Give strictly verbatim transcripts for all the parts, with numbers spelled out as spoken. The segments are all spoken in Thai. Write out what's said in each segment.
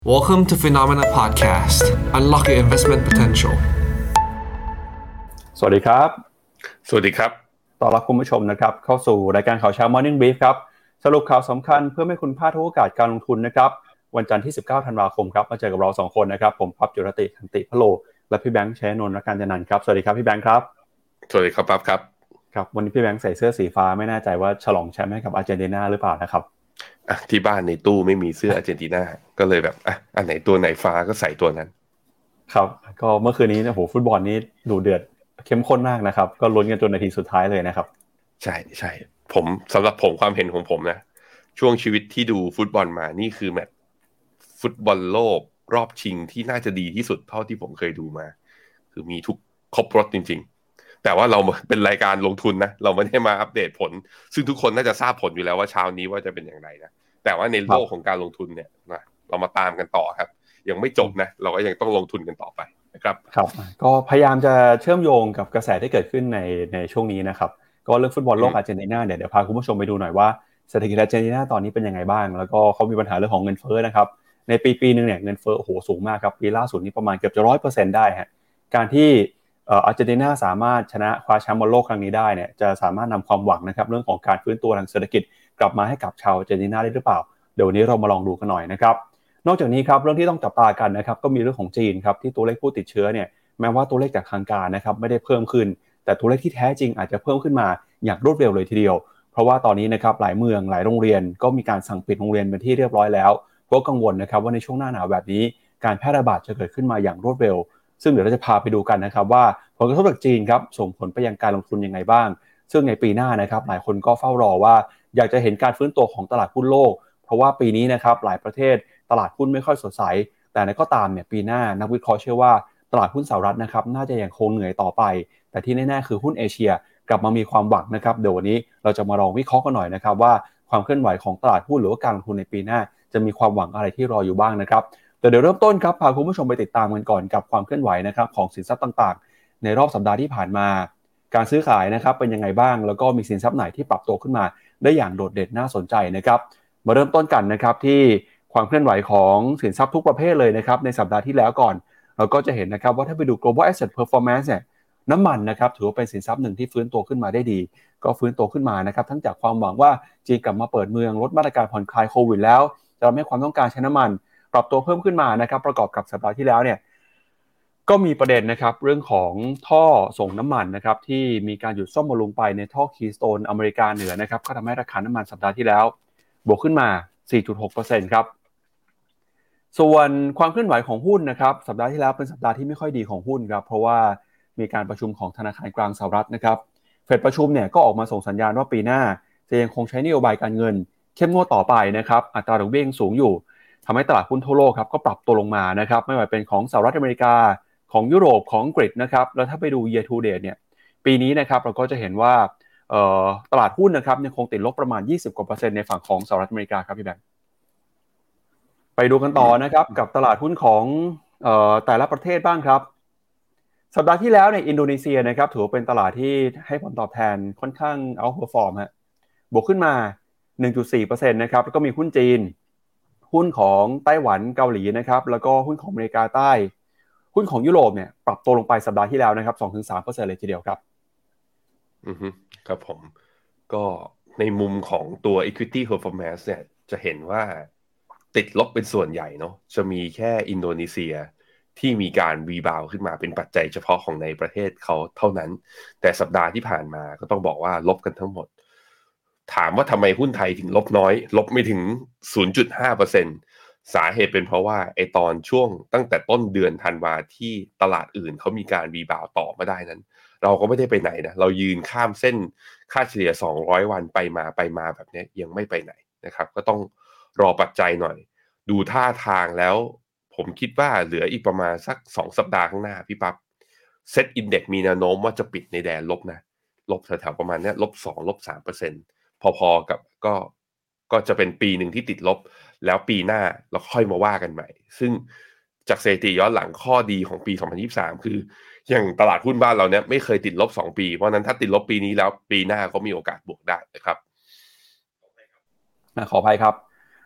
Welcome to Phenomena Podcast. Unlock your investment potential. สวัสดีครับสวัสดีครับต้อนรับคุณผู้ชมนะครับเข้าสู่รายการข่าวเช้า Morning Brief ครับสรุปข่าวสำคัญเพื่อไม่ให้คุณพลาดทุกโอกาสการลงทุนนะครับวันจันทร์ที่สิบเก้าธันวาคมครับมาเจอกับเราสองคนนะครับผมปั๊บจุรติขันติพโลและพี่แบงค์ชัยนนท์และการจนันท์ครับสวัสดีครับพี่แบงค์ครับสวัสดีครับปั๊บครับครับวันนี้พี่แบงค์ใส่เสื้อสีฟ้าไม่แน่ใจว่าฉลองแชมป์ให้กับอาร์เจนตินาหรือเปล่านะครับอ่ะที่บ้านในตู้ไม่มีเสื้ออาร์เจนตินาก็เลยแบบอ่ะอันไหนตัวไหนฟ้าก็ใส่ตัวนั้นครับก็เมื่อคืนนี้โอ้โหฟุตบอลนี่ดูเดือดเข้มข้นมากนะครับก็ลุ้นกันจนนาทีสุดท้ายเลยนะครับใช่ใช่ผมสำหรับผมความเห็นของผมนะช่วงชีวิตที่ดูฟุตบอลมานี่คือแมตช์ฟุตบอลโลกรอบชิงที่น่าจะดีที่สุดเท่าที่ผมเคยดูมาคือมีทุกครบรสจริงๆแต่ว่าเราเป็นรายการลงทุนนะเราไม่ได้มาอัปเดตผลซึ่งทุกคนน่าจะทราบผลอยู่แล้วว่าเช้านี้ว่าจะเป็นอย่างไรนะแต่ว่าในโลกของการลงทุนเนี่ยนะเรามาตามกันต่อครับยังไม่จบนะเราก็ยังต้องลงทุนกันต่อไปนะครับครับก็พยายามจะเชื่อมโยงกับกระแสที่เกิดขึ้นในในช่วงนี้นะครับก็เรื่องฟุตบอลโลกอาร์เจนตินาเนี่ยเดี๋ยวพาคุณผู้ชมไปดูหน่อยว่าเศรษฐกิจอาร์เจนตินาตอนนี้เป็นยังไงบ้างแล้วก็เขามีปัญหาเรื่องของเงินเฟ้อนะครับในปีปีนึงเนี่ยเงินเฟ้อโอ้โหสูงมากครับปีล่าสุดนี้ประมาณเกือบจะ ร้อยเปอร์เซ็นต์ ได้ฮะการที่เอ่ออาร์เจนตินาสามารถชนะคว้าแชมป์บอลโลกครั้งนี้ได้เนี่ยจะสามารถนำความหวังนะครับเรื่องของการฟื้นตัวทางเศรษฐกิจกลับมาให้กับชาวอาร์เจนตินาได้หรือเปล่าเดี๋ยววันนี้เรามาลองดูกันหน่อยนะครับนอกจากนี้ครับเรื่องที่ต้องจับตากันนะครับก็มีเรื่องของจีนครับที่ตัวเลขผู้ติดเชื้อเนี่ยแม้ว่าตัวเลขจากทางการนะครับไม่ได้เพิ่มขึ้นแต่ตัวเลขที่แท้จริงอาจจะเพิ่มขึ้นมาอย่างรวดเร็วเลยทีเดียวเพราะว่าตอนนี้นะครับหลายเมืองหลายโรงเรียนก็มีการสั่งปิดโรงเรียนเป็นที่เรียบร้อยแล้วเพราะกังวลนะครับว่าในช่วงหน้าหนาวแบบนี้การแพร่ระบาดจะเกิดขึ้นมาอย่างรวดเร็วซึ่งเดี๋ยวเราจะพาไปดูกันนะครับว่าผลกระทบจากจีนครับส่งผลไปยังการลงทุนยังไงบ้างซึ่งในปีหน้านะครับหลายคนก็เฝ้ารอว่าอยากจะเห็นการฟื้นตัวของตลาดหุ้นโลกเพราะว่าปีนี้นะครับหลายประเทศตลาดหุ้นไม่ค่อยสดใสแต่ในก็ตามเนี่ยปีหน้านักวิเคราะห์เชื่อว่าตลาดหุ้นสหรัฐนะครับน่าจะยังคงเหนื่อยต่อไปแต่ที่แน่ๆคือหุ้นเอเชียกลับมามีความหวังนะครับเดี๋ยววันนี้เราจะมาลองวิเคราะห์กันหน่อยนะครับว่าความเคลื่อนไหวของตลาดหุ้นหรือว่าการลงทุนในปีหน้าจะมีความหวังอะไรที่รออยู่บ้างนะครับแต่เดี๋ยวเริ่มต้นครับพาคุณผู้ชมไปติดตามกันก่อนกับความเคลื่อนไหวนะครับของสินทรัพย์ต่างๆในรอบสัปดาห์ที่ผ่านมาการซื้อขายนะครับเป็นยังไงบ้างแล้วก็มีสินทรัพย์ไหนที่ปรับตัวขึ้นมาได้อย่างโดดเด่นน่าสนใจนะครับมาเริ่มต้นกันนะครับที่ความเคลื่อนไหวของสินทรัพย์ทุกประเภทเลยนะครับในสัปดาห์ที่แล้วก่อนเราก็จะเห็นนะครับว่าถ้าไปดู global asset performance เนี่ยน้ำมันนะครับถือว่าเป็นสินทรัพย์หนึ่งที่ฟื้นตัวขึ้นมาได้ดีก็ฟื้นตัวขึ้นมานะครับทั้งจากความหวังว่าจีนกลับมาเปิดเมืองลดมาตรการผ่อนคลายโควิดแล้วจะทำให้ความต้องการใช้น้ำมันปรับตัวเพิ่มขึ้นมานะครับประกอบกับสัปดาห์ที่แล้วเนี่ยก็มีประเด็นนะครับเรื่องของท่อส่งน้ำมันนะครับที่มีการหยุดซ่อมบำรุงไปในท่อคีย์สโตนอเมริกาเหนือนะครับก็ทำให้ราคาน้ำมันสัปดาห์ที่แล้วบวกขึ้นมา สี่จุดหกเปอร์เซ็นต์ ครับส่วนความเคลื่อนไหวของหุ้นนะครับสัปดาห์ที่แล้วเป็นสัปดาห์ที่ไม่ค่อยดีของหุ้นครับเพราะว่ามีการประชุมของธนาคารกลางสหรัฐนะครับเฟดประชุมเนี่ยก็ออกมาส่งสัญญาณว่าปีหน้าจะยังคงใช้นโยบายการเงินเข้มงวดต่อไปนะครับอัตราดอกเบี้ยยังสูงอยู่ทำให้ตลาดหุ้นทั่วโลกครับก็ปรับตัวลงมานะครับไม่ว่าเป็นของสหรัฐอเมริกาของยุโรปของอังกฤษนะครับแล้วถ้าไปดู year to date เนี่ยปีนี้นะครับเราก็จะเห็นว่าเอ่อตลาดหุ้นนะครับยังคงติดลบประมาณยี่สิบกว่าเปอร์เซ็นต์ในฝั่งของสหรัฐอเมริกาครับพี่แบงค์ไปดูกันต่อนะครับกับตลาดหุ้นของเอ่อแต่ละประเทศบ้างครับสัปดาห์ที่แล้วในอินโดนีเซียนะครับถือว่าเป็นตลาดที่ให้ผลตอบแทนค่อนข้างเอาท์เพอร์ฟอร์มฮะบวกขึ้นมา หนึ่งจุดสี่เปอร์เซ็นต์ นะครับแล้วก็มีหุ้นจีนหุ้นของไต้หวันเกาหลีนะครับแล้วก็หุ้นของอเมริกาใต้หุ้นของยุโรปเนี่ยปรับตัวลงไปสัปดาห์ที่แล้วนะครับ สองถึงสามเปอร์เซ็นต์ เลยทีเดียวครับอือฮึครับผมก็ในมุมของตัว equity performance เนี่ยจะเห็นว่าติดลบเป็นส่วนใหญ่เนาะจะมีแค่อินโดนีเซียที่มีการรีบาวขึ้นมาเป็นปัจจัยเฉพาะของในประเทศเขาเท่านั้นแต่สัปดาห์ที่ผ่านมาก็ต้องบอกว่าลบกันทั้งหมดถามว่าทำไมหุ้นไทยถึงลบน้อยลบไม่ถึง ศูนย์จุดห้าเปอร์เซ็นต์ สาเหตุเป็นเพราะว่าไอตอนช่วงตั้งแต่ต้นเดือนธันวาที่ตลาดอื่นเขามีการรีบาวต่อมาได้นั้นเราก็ไม่ได้ไปไหนนะเรายืนข้ามเส้นค่าเฉลี่ยสองร้อยวันไปมาไปมาแบบนี้ยังไม่ไปไหนนะครับก็ต้องรอปัจจัยหน่อยดูท่าทางแล้วผมคิดว่าเหลืออีกประมาณสักสองสัปดาห์ข้างหน้าพี่ปั๊บเซ็ตอินเด็กซ์มีแนวโน้มว่าจะปิดในแดนลบนะลบแถวๆประมาณนี้ลบสองลบสามเปอร์เซ็นต์พอๆกับก็ก็จะเป็นปีหนึ่งที่ติดลบแล้วปีหน้าเราค่อยมาว่ากันใหม่ซึ่งจากสถิติย้อนหลังข้อดีของปีสองพันยี่สิบสามคืออย่างตลาดหุ้นบ้านเราเนี่ยไม่เคยติดลบสองปีเพราะนั้นถ้าติดลบปีนี้แล้วปีหน้าก็มีโอกาสบวกได้นะครับขออภัยครับ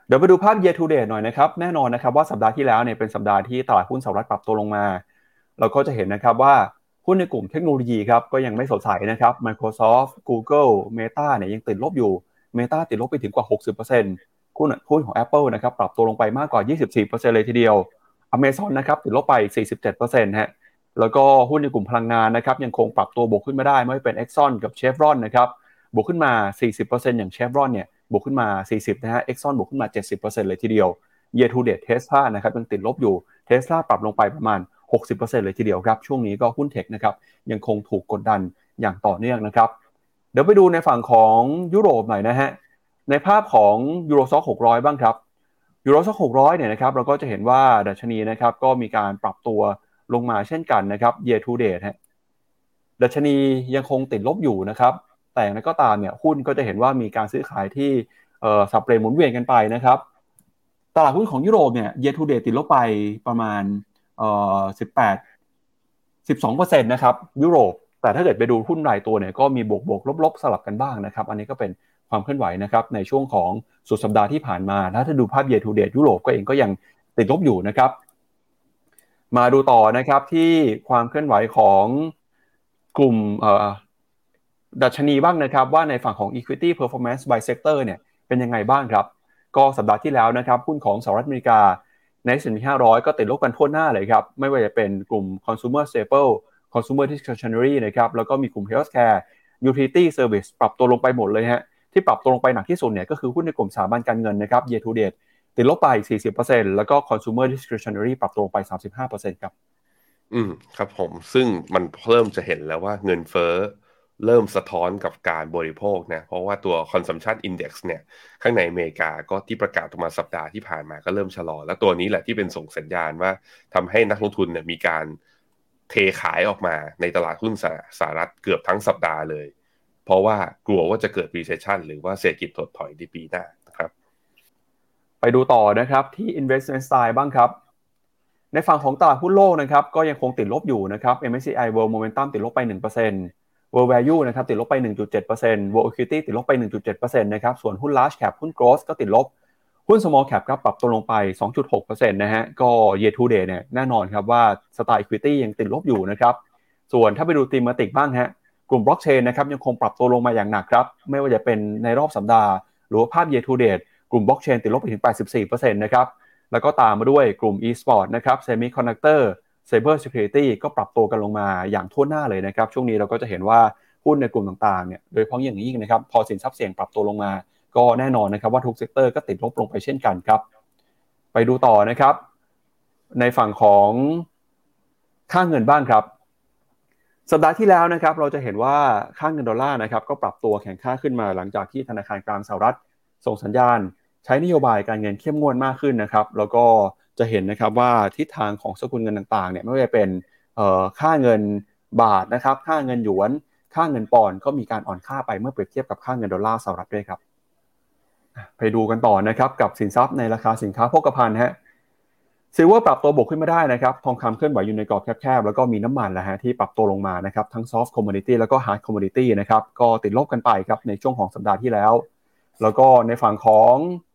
เดี๋ยวไปดูภาพ year to date หน่อยนะครับแน่นอนนะครับว่าสัปดาห์ที่แล้วเนี่ยเป็นสัปดาห์ที่ตลาดหุ้นสหรัฐปรับตัวลงมาเราก็จะเห็นนะครับว่าหุ้นในกลุ่มเทคโนโลยีครับก็ยังไม่สดใสนะครับ Microsoft Google Meta เนี่ยยังติดลบอยู่ Meta ติดลบไปถึงกว่า หกสิบเปอร์เซ็นต์ หุ้นหุ้นของ Apple นะครับปรับตัวลงไปมากกว่า ยี่สิบสี่เปอร์เซ็นต์ เลยทีเดียว Amazon นะครับติดลบไป สี่สิบเจ็ดเปอร์เซ็นต์ ฮะแล้วก็หุ้นในกลุ่มพลังงานนะครับยังคงปรับตัวบวกขึ้นมาได้ไม่ว่าเป็น Exxon กับ Chevron นะครับบวกขึ้นมา สี่สิบเปอร์เซ็นต์ อย่าง Chevron เนี่ยบวกขึ้นมาสี่สิบนะฮะ Exxon บวกขึ้นมา เจ็ดสิบเปอร์เซ็นต์ เลยทีเดียว Year to date Tesla นะครับยังติดลบอยู่ Tesla ปรับลงไปประมาณ หกสิบเปอร์เซ็นต์ เลยทีเดียวครับช่วงนี้ก็หุ้นเทคนะครับยังคงถูกกดดันอย่างต่อเนื่องนะครับเดี๋ยวไปดูในฝั่งของยุโรปหน่อยนะฮะในภาพของ Eurostock หกร้อยบ้างครับ Eurostock หกร้อยเนี่ยนะครับเราก็จะเห็นว่าดัชนีนะครับก็มีการปรับตัวลงมาเช่นกันนะครับ Year to date ฮะดัชนียังคงติดลบอยู่นะครับแต่อย่างไรก็ตามเนี่ยหุ้นก็จะเห็นว่ามีการซื้อขายที่เอ่อสับเปลี่ยนหมุนเวียนกันไปนะครับตลาดหุ้นของยุโรปเนี่ย year to date ติดลบไปประมาณเอ่อสิบแปด สิบสองเปอร์เซ็นต์ นะครับยุโรปแต่ถ้าเกิดไปดูหุ้นรายตัวเนี่ยก็มีบวกบวกลบๆสลับกันบ้างนะครับอันนี้ก็เป็นความเคลื่อนไหวนะครับในช่วงของสุดสัปดาห์ที่ผ่านมาถ้าดูภาพ year to date ยุโรปก็เองก็ยังติดลบอยู่นะครับมาดูต่อนะครับที่ความเคลื่อนไหวของกลุ่มเอ่อดัชนีบ้างนะครับว่าในฝั่งของ equity performance by sector เนี่ยเป็นยังไงบ้างครับก็สัปดาห์ที่แล้วนะครับหุ้นของสหรัฐอเมริกาใน เอส แอนด์ พี ห้าร้อยก็ติดลบกันทั่วหน้าเลยครับไม่ว่าจะเป็นกลุ่ม consumer staple consumer discretionary นะครับแล้วก็มีกลุ่ม healthcare utility service ปรับตัวลงไปหมดเลยฮะที่ปรับตัวลงไปหนักที่สุดเนี่ยก็คือหุ้นในกลุ่มสถาบันการเงินนะครับ year to date ติดลบไป สี่สิบเปอร์เซ็นต์ แล้วก็ consumer discretionary ปรับตัวลงไป สามสิบห้าเปอร์เซ็นต์ ครับอืมครับผมซึ่งมันเริ่มจะเห็นแล้วว่าเงินเฟ้อเริ่มสะท้อนกับการบริโภคนะเพราะว่าตัว consumption index เนี่ยข้างในอเมริกาก็ที่ประกาศออกมาสัปดาห์ที่ผ่านมาก็เริ่มชะลอและตัวนี้แหละที่เป็นส่งสัญญาณว่าทำให้นักลงทุนเนี่ยมีการเทขายออกมาในตลาดหุ้นสหรัฐเกือบทั้งสัปดาห์เลยเพราะว่ากลัวว่าจะเกิด recession หรือว่าเศรษฐกิจถดถอยในปีหน้านะครับไปดูต่อนะครับที่ investment style บ้างครับในฝั่งของตลาดหุ้นโลกนะครับก็ยังคงติดลบอยู่นะครับ เอ็ม เอส ซี ไอ World Momentum ติดลบไป หนึ่งเปอร์เซ็นต์ World Value นะครับติดลบไป หนึ่งจุดเจ็ดเปอร์เซ็นต์ World Equity ติดลบไป หนึ่งจุดเจ็ดเปอร์เซ็นต์ นะครับส่วนหุ้น Large Cap หุ้น Growth ก็ติดลบหุ้น Small Cap ครับปรับตัวลงไป สองจุดหกเปอร์เซ็นต์ นะฮะก็ Year to date เนี่ยแน่นอนครับว่า Style Equity ยังติดลบอยู่นะครับส่วนถ้าไปดู Thematic บ้างฮะกลุ่ม Blockchain นะครับยังคงปรับตัวลงมาอย่างหนักครับไม่ว่าจะเป็นในรอบสัปดาห์หรือว่าภาพ Year to date กลุ่ม Blockchain ติดลบไปถึง แปดสิบสี่เปอร์เซ็นต์ นะครับแล้วก็ตามมาด้วยกลุ่ม e-sport นะครับ semiconductor cyber security ก็ปรับตัวกันลงมาอย่างทั่วหน้าเลยนะครับช่วงนี้เราก็จะเห็นว่าหุ้นในกลุ่มต่างๆเนี่ยโดยเฉพาะอย่างยิ่งนะครับพอสินทรัพย์เสี่ยงปรับตัวลงมาก็แน่นอนนะครับว่าทุกเซกเตอร์ก็ติดลบลงไปเช่นกันครับไปดูต่อนะครับในฝั่งของค่าเงินบ้างครับสัปดาห์ที่แล้วนะครับเราจะเห็นว่าค่าเงินดอลลาร์นะครับก็ปรับตัวแข็งค่าขึ้นมาหลังจากที่ธนาคารกลางสหรัฐส่งสัญญาณใช้นโยบายการเงินเข้มงวดมากขึ้นนะครับแล้วก็จะเห็นนะครับว่าทิศทางของสกุลเงินต่างๆเนี่ยไม่ว่าจะเป็นค่าเงินบาทนะครับค่าเงินหยวนค่าเงินปอนด์ก็มีการอ่อนค่าไปเมื่อเปรียบเทียบกับค่าเงินดอลลาร์สหรัฐด้วยครับไปดูกันต่อนะครับกับสินทรัพย์ในราคาสินค้าโภคภัณฑ์ฮะซิลเวอร์ปรับตัวบวกขึ้นมาได้นะครับทองคำเคลื่อนไหวอยู่ในกรอบแคบๆแล้วก็มีน้ำมันแหละฮะที่ปรับตัวลงมานะครับทั้ง soft commodity แล้วก็ hard commodity นะครับก็ติดลบกันไปครับในช่วงของสัปดาห์ที่แล้วแล้วก็ในฝั่งของ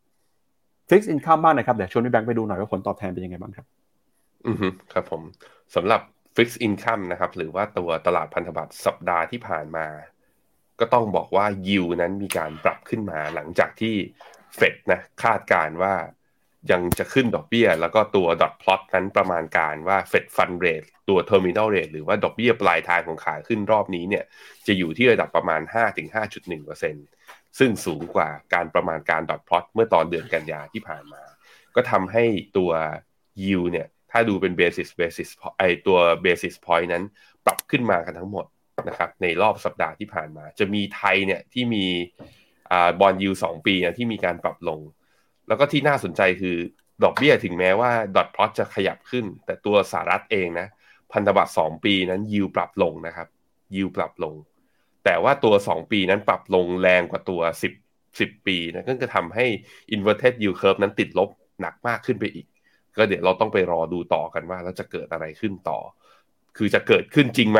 fixed income บ้างนะครับเดี๋ยวชวนพี่แบงค์ไปดูหน่อยว่าผลตอบแทนเป็นยังไงบ้างครับอือฮึครับผมสำหรับ fixed income นะครับหรือว่าตัวตลาดพันธบัตรสัปดาห์ที่ผ่านมาก็ต้องบอกว่า yield นั้นมีการปรับขึ้นมาหลังจากที่ Fed นะคาดการณ์ว่ายังจะขึ้นดอกเบี้ยแล้วก็ตัว dot plot นั้นประมาณการว่า Fed Fund Rate ตัว Terminal Rate หรือว่าดอกเบี้ยปลายทางของขาขึ้นรอบนี้เนี่ยจะอยู่ที่ระดับประมาณ ห้าถึงห้าจุดหนึ่งเปอร์เซ็นต์ ซึ่งสูงกว่าการประมาณการ dot plot เมื่อตอนเดือนกันยาที่ผ่านมาก็ทำให้ตัว yield เนี่ยถ้าดูเป็น basis basis ไอตัว basis point นั้นปรับขึ้นมากันทั้งหมดนะครับในรอบสัปดาห์ที่ผ่านมาจะมีไทยเนี่ยที่มีอ่าบอนด์ยิลด์สองปีนะที่มีการปรับลงแล้วก็ที่น่าสนใจคือดอกเบี้ยถึงแม้ว่าดอทพลอตจะขยับขึ้นแต่ตัวสหรัฐเองนะพันธบัตรสองปีนั้นยิลด์ปรับลงนะครับยิลด์ปรับลงแต่ว่าตัวสองปีนั้นปรับลงแรงกว่าตัวสิบ สิบปีนะก็จะทำให้ inverted yield curve นั้นติดลบหนักมากขึ้นไปอีกก็เดี๋ยวเราต้องไปรอดูต่อกันว่าแล้วจะเกิดอะไรขึ้นต่อคือจะเกิดขึ้นจริงไหม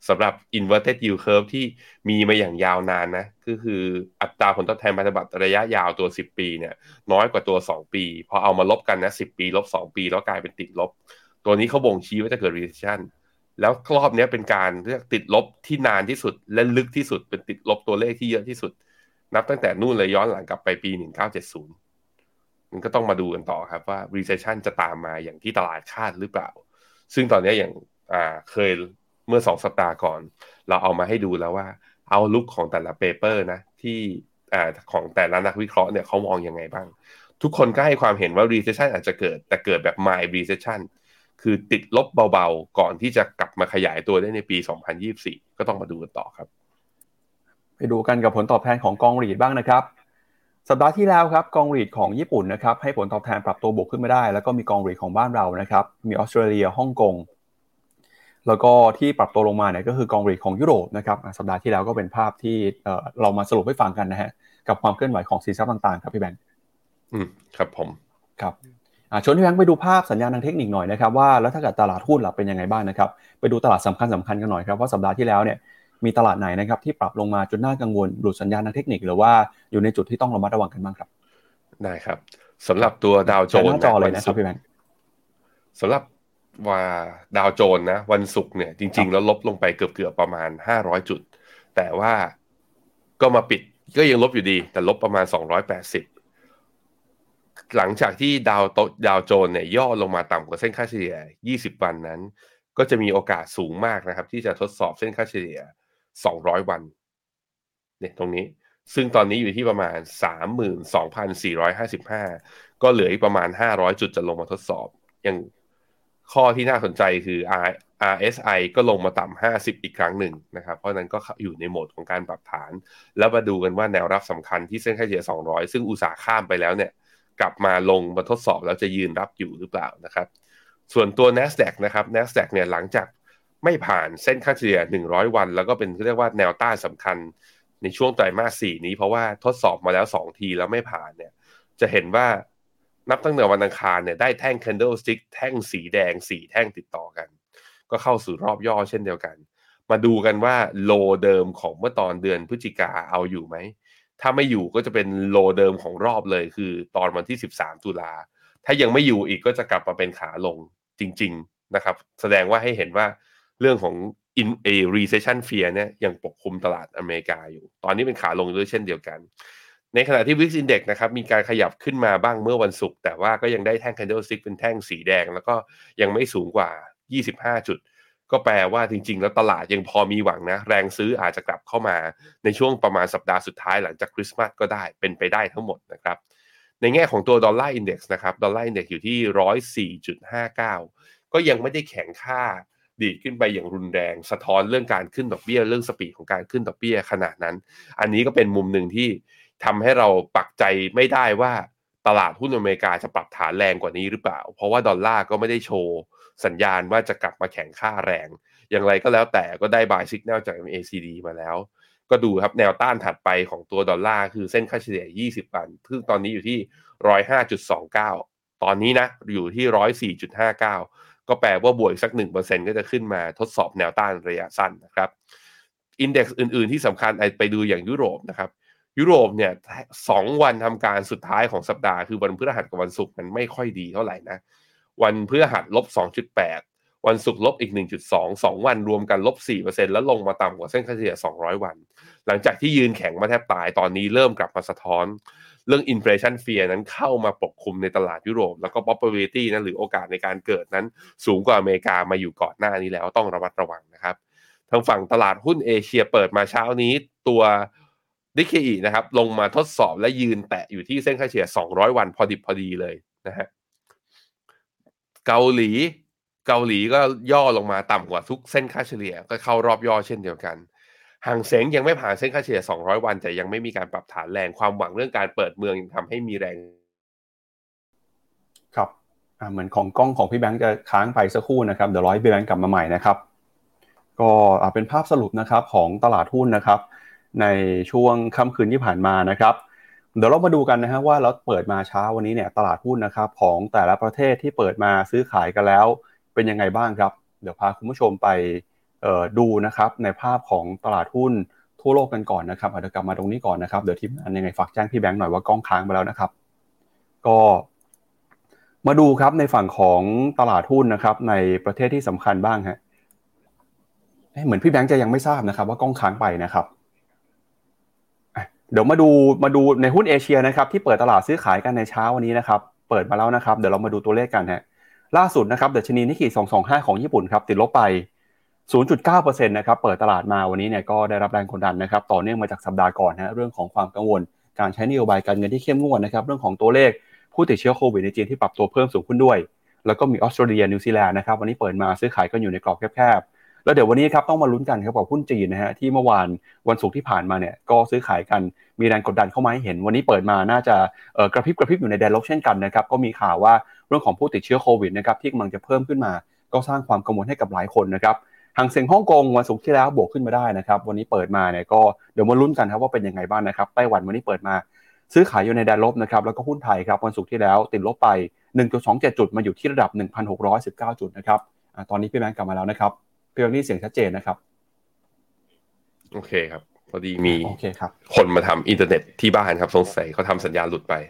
สำหรับ inverted yield curve ที่มีมาอย่างยาวนานนะก็คืออัตราผลตอบแทนพันธบัตรระยะยาวตัวสิบปีเนี่ยน้อยกว่าตัวสองปีพอเอามาลบกันนะสิบปีลบสองปีแล้วกลายเป็นติดลบตัวนี้เขาบ่งชี้ว่าจะเกิด recession แล้วรอบนี้เป็นการเรียกติดลบที่นานที่สุดและลึกที่สุดเป็นติดลบตัวเลขที่เยอะที่สุดนับตั้งแต่นู่นเลยย้อนหลังกลับไปปีหนึ่งพันเก้าร้อยเจ็ดสิบมันก็ต้องมาดูกันต่อครับว่า recession จะตามมาอย่างที่ตลาดคาดหรือเปล่าซึ่งตอนนี้อย่างอ่าเคยเมื่อสองสัปดาห์ก่อนเราเอามาให้ดูแล้วว่าเอาลุกของแต่ละเปเปอร์นะที่อ่าของแต่ละนักวิเคราะห์เนี่ยเขามองยังไงบ้างทุกคนก็ให้ความเห็นว่า recession อาจจะเกิดแต่เกิดแบบ mild recession คือติดลบเบาๆก่อนที่จะกลับมาขยายตัวได้ในปีสองพันยี่สิบสี่ก็ต้องมาดูกันต่อครับไปดูกันกับผลตอบแทนของกองรีทบ้างนะครับสัปดาห์ที่แล้วครับกองรีทของญี่ปุ่นนะครับให้ผลตอบแทนปรับตัวบวกขึ้นมาได้แล้วก็มีกองรีทของบ้านเรานะครับมีออสเตรเลียฮ่องกงแล้วก็ที่ปรับตัวลงมาเนี่ยก็คือกองรีทของยุโรปนะครับสัปดาห์ที่แล้วก็เป็นภาพที่เอ่อเรามาสรุปให้ฟังกันนะฮะกับความเคลื่อนไหวของสินทรัพย์ต่างๆครับพี่แบงค์อืมครับผมครับอ่าชวนพี่แบงค์ไปดูภาพสัญญาณทางเทคนิคหน่อยนะครับว่าแล้วถ้าเกิดตลาดหุ้นล่ะเป็นยังไงบ้างนะครับไปดูตลาดสำคัญสำคัญกันหน่อยครับว่าสัปดาห์ที่แล้วเนี่ยมีตลาดไหนนะครับที่ปรับลงมาจนน่ากังวลหลุดสัญญาณทางเทคนิคหรือว่าอยู่ในจุดที่ต้องระมัดระวังกันบ้างครับได้ครับสำหรับตัวดาวโจนส์หน้าจอเลยนะครับพี่แบงค์สำหรับว่าดาวโจนส์นะวันศุกร์เนี่ยจริงๆแล้วลบลงไปเกือบๆประมาณห้าร้อยจุดแต่ว่าก็มาปิดก็ยังลบอยู่ดีแต่ลบประมาณสองร้อยแปดสิบหลังจากที่ดาวดาวโจนส์เนี่ยย่อลงมาต่ำกว่าเส้นค่าเฉลี่ยยี่สิบวันนั้นก็จะมีโอกาสสูงมากนะครับที่จะทดสอบเส้นค่าเฉลี่ยสองร้อยวันเนี่ยตรงนี้ซึ่งตอนนี้อยู่ที่ประมาณ สามหมื่นสองพันสี่ร้อยห้าสิบห้า ก็เหลืออีกประมาณห้าร้อยจุดจะลงมาทดสอบอย่างข้อที่น่าสนใจคือ อาร์ เอส ไอ ก็ลงมาต่ำห้าสิบอีกครั้งหนึ่งนะครับเพราะนั้นก็อยู่ในโหมดของการปรับฐานแล้วมาดูกันว่าแนวรับสำคัญที่เส้นค่าเฉลี่ยสองร้อยซึ่งอุตสาห์ข้ามไปแล้วเนี่ยกลับมาลงมาทดสอบแล้วจะยืนรับอยู่หรือเปล่านะครับส่วนตัว NASDAQ นะครับ NASDAQ เนี่ยหลังจากไม่ผ่านเส้นค่าเฉลี่ยหนึ่งร้อยวันแล้วก็เป็นเรียกว่าแนวต้านสำคัญในช่วงไตรมาสสี่นี้เพราะว่าทดสอบมาแล้วสองทีแล้วไม่ผ่านเนี่ยจะเห็นว่านับตั้งแต่วันอังคารเนี่ยได้แท่ง candlestick แท่งสีแดงสี่แท่งติดต่อกันก็เข้าสู่รอบย่อเช่นเดียวกันมาดูกันว่าโลเดิมของเมื่อตอนเดือนพฤศจิกาเอาอยู่ไหมถ้าไม่อยู่ก็จะเป็นโลเดิมของรอบเลยคือตอนวันที่สิบสามตุลาถ้ายังไม่อยู่อีกก็จะกลับมาเป็นขาลงจริงๆนะครับแสดงว่าให้เห็นว่าเรื่องของ in a recession fear เนี่ยยังปกคลุมตลาดอเมริกาอยู่ตอนนี้เป็นขาลงด้วยเช่นเดียวกันในขณะที่ วี ไอ เอ็กซ์ Index นะครับมีการขยับขึ้นมาบ้างเมื่อวันศุกร์แต่ว่าก็ยังได้แท่ง candlestick เป็นแท่งสีแดงแล้วก็ยังไม่สูงกว่ายี่สิบห้าจุดก็แปลว่าจริงๆแล้วตลาดยังพอมีหวังนะแรงซื้ออาจจะกลับเข้ามาในช่วงประมาณสัปดาห์สุดท้ายหลังจากคริสต์มาสก็ได้เป็นไปได้ทั้งหมดนะครับในแง่ของตัวดอลลาร์อินเด็กซ์นะครับดอลลาร์อินเด็กซ์อยู่ที่ หนึ่งร้อยสี่จุดห้าเก้า ก็ยังไม่ได้แข็งค่าดีดขึ้นไปอย่างรุนแรงสะท้อนเรื่องการขึ้นดอกเบี้ยเรื่องสปีดของการขึ้นดอกเบี้ยขนาดนั้นอันนี้ก็เป็นมุมหนึ่งที่ทำให้เราปักใจไม่ได้ว่าตลาดหุ้นอเมริกาจะปรับฐานแรงกว่านี้หรือเปล่าเพราะว่าดอลลาร์ก็ไม่ได้โชว์สัญญาณว่าจะกลับมาแข็งค่าแรงอย่างไรก็แล้วแต่ก็ได้ buy signal จาก เอ็ม เอ ซี ดี มาแล้วก็ดูครับแนวต้านถัดไปของตัวดอลลาร์คือเส้นค่าเฉลี่ยยี่สิบวันซึ่งตอนนี้อยู่ที่ หนึ่งร้อยห้าจุดสองเก้า ตอนนี้นะอยู่ที่ หนึ่งร้อยสี่จุดห้าเก้า ก็แปลว่าบวกสัก หนึ่งเปอร์เซ็นต์ ก็จะขึ้นมาทดสอบแนวต้านระยะสั้นนะครับอินเด็กซ์อื่นๆที่สำคัญไปดูอย่างยุโรปนะครับยุโรปเนี่ยสองวันทำการสุดท้ายของสัปดาห์คือวันพฤหัสกับวันศุกร์มันไม่ค่อยดีเท่าไหร่นะวันพฤหัสลบ สองจุดแปด วันศุกร์ลบอีก หนึ่งจุดสอง สองวันรวมกันลบ สี่เปอร์เซ็นต์ แล้วลงมาต่ำกว่าเส้นค่าเฉลี่ยสองร้อยวันหลังจากที่ยืนแข็งมาแทบตายตอนนี้เริ่มกลับมาสะท้อนเรื่อง inflation fear นั้นเข้ามาปกคลุมในตลาดยุโรปแล้วก็ probability นั้นหรือโอกาสในการเกิดนั้นสูงกว่าอเมริกามาอยู่ก่อนหน้านี้แล้วต้องระมัดระวังนะครับทางฝั่งตลาดหุ้นเอเชียเปิดมาเช้านี้ตัวนิกเกอินะครับลงมาทดสอบและยืนแตะอยู่ที่เส้นค่าเฉลี่ยสองร้อยวันพอดิบพอดีเลยนะฮะเกาหลีเกาหลีก็ย่อลงมาต่ำกว่าทุกเส้นค่าเฉลี่ยก็เข้ารอบย่อเช่นเดียวกันห่างเส็งยังไม่ผ่านเส้นค่าเฉลี่ยสองร้อยวันแต่ยังไม่มีการปรับฐานแรงความหวังเรื่องการเปิดเมืองยังทำให้มีแรงครับเหมือนของกล้องของพี่แบงค์จะค้างไปสักครู่นะครับเดี๋ยวรอให้พี่แบงค์กลับมาใหม่นะครับก็เป็นภาพสรุปนะครับของตลาดหุ้นนะครับในช่วงค่ำคืนที่ผ่านมานะครับเดี๋ยวเรามาดูกันนะฮะว่าเราเปิดมาเช้าวันนี้เนี่ยตลาดหุ้นนะครับของแต่ละประเทศที่เปิดมาซื้อขายกันแล้วเป็นยังไงบ้างครับเดี๋ยวพาคุณผู้ชมไปเอ่อดูนะครับในภาพของตลาดหุ้นทั่วโลกกันก่อนนะครับเดี๋ยวกลับมาตรงนี้ก่อนนะครับเดี๋ยวทีมงานยังไงฝากแจ้งพี่แบงค์หน่อยว่ากล้องค้างไปแล้วนะครับก็มาดูครับในฝั่งของตลาดหุ้นนะครับในประเทศที่สำคัญบ้างฮะเหมือนพี่แบงค์จะยังไม่ทราบนะครับว่ากล้องค้างไปนะครับเดี๋ยวมาดูมาดูในหุ้นเอเชียนะครับที่เปิดตลาดซื้อขายกันในเช้าวันนี้นะครับเปิดมาแล้วนะครับเดี๋ยวเรามาดูตัวเลขกันฮะล่าสุดนะครับดัชนีนิกเกิสองสองห้าของญี่ปุ่นครับติดลบไป ศูนย์จุดเก้าเปอร์เซ็นต์ นะครับเปิดตลาดมาวันนี้เนี่ยก็ได้รับแรงกดดันนะครับต่อเนื่องมาจากสัปดาห์ก่อนฮะเรื่องของความกังวลการใช้นโยบายการเงินที่เข้มงวดนะครับเรื่องของตัวเลขผู้ติดเชื้อโควิดในจีนที่ปรับตัวเพิ่มสูงขึ้นด้วยแล้วก็มีออสเตรเลียนิวซีแลนด์นะครับวันนี้เปิดมาซื้อขายกันอยู่ในกรอบแคบๆแล้วเดี๋ยววันนี้ครับต้องมาลุ้นกันครับกับหุ้นจีนนะฮะที่เมื่อวานวันศุกร์ที่ผ่านมาเนี่ยก็ซื้อขายกันมีแรงกดดันเข้ามาให้เห็นวันนี้เปิดมาน่าจะเอ่อกระพริบกระพริบอยู่ในแดนลบเช่นกันนะครับก็มีข่าวว่าเรื่องของผู้ติดเชื้อโควิดนะครับที่กำลังจะเพิ่มขึ้นมาก็สร้างความกังวลให้กับหลายคนนะครับหางเส็งฮ่องกงวันศุกร์ที่แล้วบวกขึ้นมาได้นะครับวันนี้เปิดมาเนี่ยก็เดี๋ยวมาลุ้นกันครับว่าเป็นยังไงบ้างนะครับไต้หวันวันนี้เปิดมาซื้อขายอยู่ในแดนลบนะครับแล้วก็หุ้นไทยครับวันศุกร์ที่แล้วติดลบไป หนึ่งจุดสองเจ็ด จุดมาอยู่ที่ระดับ หนึ่งพันหกร้อยสิบเก้า จุดนะครับอ่าตอนนี้พี่แบงค์กลับมาแล้วนะครับพี่แบงค์นี่เสียงชัดเจนนะครับโอเคครับพอดีมีโอเคครับคนมาทำอินเทอร์เน็ตที่บ้านครับสงสัยเขาทำสัญญาณหลุดไป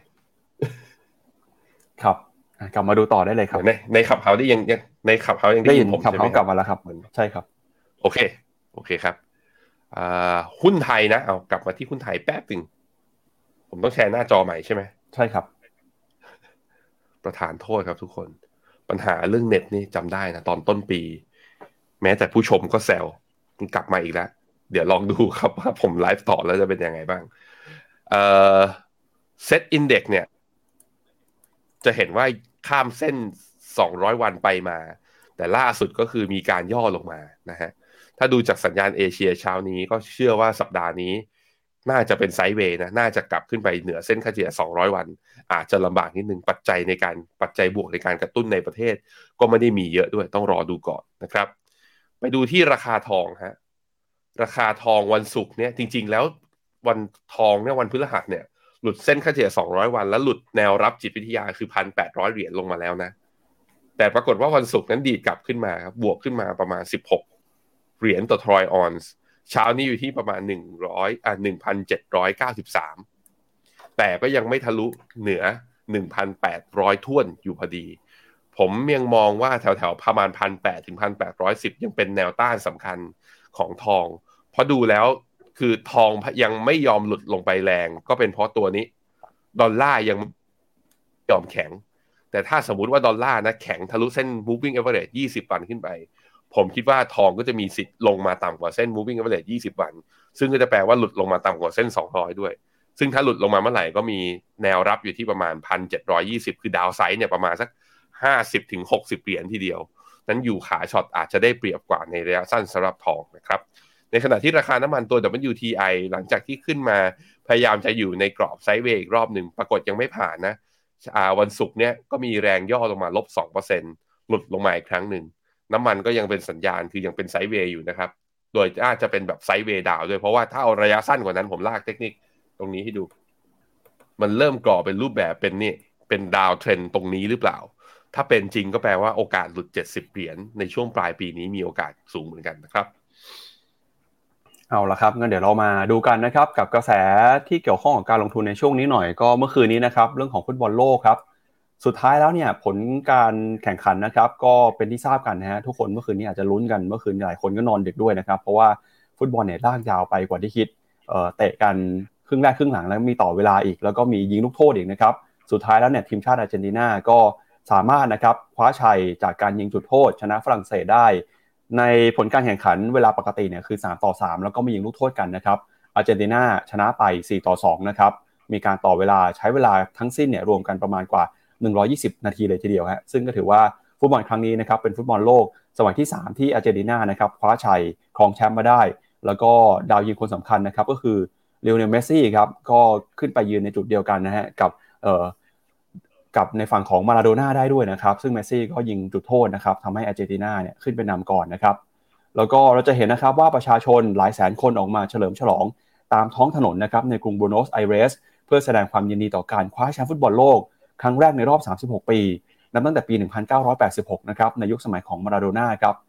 ครับกลับมาดูต่อได้เลยครับในในขับเฮาได้ยังในขับเฮายังได้ยินผมใช่ไหมขับเฮากลับมาแล้วครับใช่ครับโอเคโอเคครับอ่าหุ้นไทยนะเอากลับมาที่หุ้นไทยแป๊บนึงผมต้องแชร์หน้าจอใหม่ใช่ไหมใช่ครับประธานโทษครับทุกคนปัญหาเรื่องเน็ตนี่จำได้นะตอนต้นปีแม้แต่ผู้ชมก็แซวกลับมาอีกแล้วเดี๋ยวลองดูครับว่าผมไลฟ์ต่อแล้วจะเป็นยังไงบ้างเอ่อเซ็ตอินเด็กซ์เนี่ยจะเห็นว่าข้ามเส้นสองร้อยวันไปมาแต่ล่าสุดก็คือมีการย่อลงมานะฮะถ้าดูจากสัญญาณเอเชียเช้านี้ก็เชื่อว่าสัปดาห์นี้น่าจะเป็นไซด์เวย์นะน่าจะกลับขึ้นไปเหนือเส้นค่าเฉลี่ยสองร้อยวันอาจจะลำบากนิดนึงปัจจัยในการปัจจัยบวกในการกระตุ้นในประเทศก็ไม่ได้มีเยอะด้วยต้องรอดูก่อนนะครับไปดูที่ราคาทองฮะราคาทองวันศุกร์เนี่ยจริงๆแล้ววันทองเนี่ยวันพฤหัสเนี่ยหลุดเส้นค่าเฉลี่ยสองร้อยวันแล้วหลุดแนวรับจิตวิทยาคือ หนึ่งพันแปดร้อย เหรียญลงมาแล้วนะแต่ปรากฏว่าวันศุกร์นั้นดีดกลับขึ้นมาครับบวกขึ้นมาประมาณสิบหกเหรียญต่อทรอยออนซ์เช้านี้อยู่ที่ประมาณหนึ่งร้อยอ่ะ หนึ่งพันเจ็ดร้อยเก้าสิบสาม แต่ก็ยังไม่ทะลุเหนือ หนึ่งพันแปดร้อย ถ้วนอยู่พอดีผมยังมองว่าแถวๆประมาณ หนึ่งพันแปดร้อย ถึง หนึ่งพันแปดร้อยสิบ ยังเป็นแนวต้านสำคัญของทองเพราะดูแล้วคือทองยังไม่ยอมหลุดลงไปแรงก็เป็นเพราะตัวนี้ดอลลาร์ยังยอมแข็งแต่ถ้าสมมุติว่าดอลลาร์นะแข็งทะลุเส้น moving average ยี่สิบวันขึ้นไปผมคิดว่าทองก็จะมีสิทธิ์ลงมาต่ำกว่าเส้น moving average ยี่สิบวันซึ่งก็จะแปลว่าหลุดลงมาต่ำกว่าเส้นสองร้อยด้วยซึ่งถ้าหลุดลงมาเมื่อไหร่ก็มีแนวรับอยู่ที่ประมาณ หนึ่งพันเจ็ดร้อยยี่สิบ คือดาวไซด์เนี่ยประมาณสัก ห้าสิบถึงหกสิบ เหรียญทีเดียวนั้นอยู่ขาช็อตอาจจะได้เปรียบกว่าในระยะสั้นสำหรับทองนะครับในขณะที่ราคาน้ำมันตัว ดับเบิลยู ที ไอ หลังจากที่ขึ้นมาพยายามจะอยู่ในกรอบไซด์เวย์อีกรอบหนึ่งปรากฏยังไม่ผ่านนะวันศุกร์เนี่ยก็มีแรงย่อลงมา ลบสองเปอร์เซ็นต์ หลุดลงมาอีกครั้งหนึ่งน้ำมันก็ยังเป็นสัญญาณคือยังเป็นไซด์เวย์อยู่นะครับโดยอาจจะเป็นแบบไซด์เวย์ดาวด้วยเพราะว่าถ้าเอาระยะสั้นกว่านั้นผมลากเทคนิคตรงนี้ให้ดูมันเริ่มก่อเป็นรูปแบบเป็นนี่เป็นดาวเทรนตรงนี้หรือเปล่าถ้าเป็นจริงก็แปลว่าโอกาสหลุดเจ็ดสิบเหรียญในช่วงปลายปีนี้มีโอกาสสูงเหมือนกันนะครับเอาละครับงั้นเดี๋ยวเรามาดูกันนะครับกับกระแสที่เกี่ยวข้องกับการลงทุนในช่วงนี้หน่อยก็เมื่อคืนนี้นะครับเรื่องของฟุตบอลโลกครับสุดท้ายแล้วเนี่ยผลการแข่งขันนะครับก็เป็นที่ทราบกันนะฮะทุกคนเมื่อคืนนี้อาจจะลุ้นกันเมื่อคืนหลายคนก็นอนดึกด้วยนะครับเพราะว่าฟุตบอลเนี่ยลากยาวไปกว่าที่คิดเอ่อเตะกันครึ่งแรกครึ่งหลังแล้วมีต่อเวลาอีกแล้วก็มียิงลูกโทษอีกนะครับสุดท้ายแล้วเนี่ยทีมชาติอาร์เจนตินาก็สามารถนะครับคว้าชัยจากการยิงจุดโทษชนะฝรั่งเศสได้ในผลการแข่งขันเวลาปกติเนี่ยคือสามต่อสามแล้วก็มียิงลูกโทษกันนะครับอาร์เจนตินาชนะไปสี่ต่อสองนะครับมีการต่อเวลาใช้เวลาทั้งสิ้นเนี่ยรวมกันประมาณกว่าหนึ่งร้อยยี่สิบนาทีเลยทีเดียวฮะซึ่งก็ถือว่าฟุตบอลครั้งนี้นะครับเป็นฟุตบอลโลกสมัยที่สามที่อาร์เจนตินานะครับคว้าชัยครองแชมป์มาได้แล้วก็ดาวยิงคนสำคัญนะครับก็คือเลโอเนลเมสซี่ครับก็ขึ้นไปยืนในจุดเดียวกันนะฮะกับเอ่อกับในฝั่งของมาราโดน่าได้ด้วยนะครับซึ่งเมสซี่ก็ยิงจุดโทษนะครับทำให้อาร์เจนตินาเนี่ยขึ้นไปนำก่อนนะครับแล้วก็เราจะเห็นนะครับว่าประชาชนหลายแสนคนออกมาเฉลิมฉลองตามท้องถนนนะครับในกรุงบูโนสไอเรสเพื่อแสดงความยินดีต่อการคว้าแชมป์ฟุตบอลโลกครั้งแรกในรอบสามสิบหกปีนับตั้งแต่ปีหนึ่งพันเก้าร้อยแปดสิบหกนะครับในยุคสมัยของมาราโดน่าครับ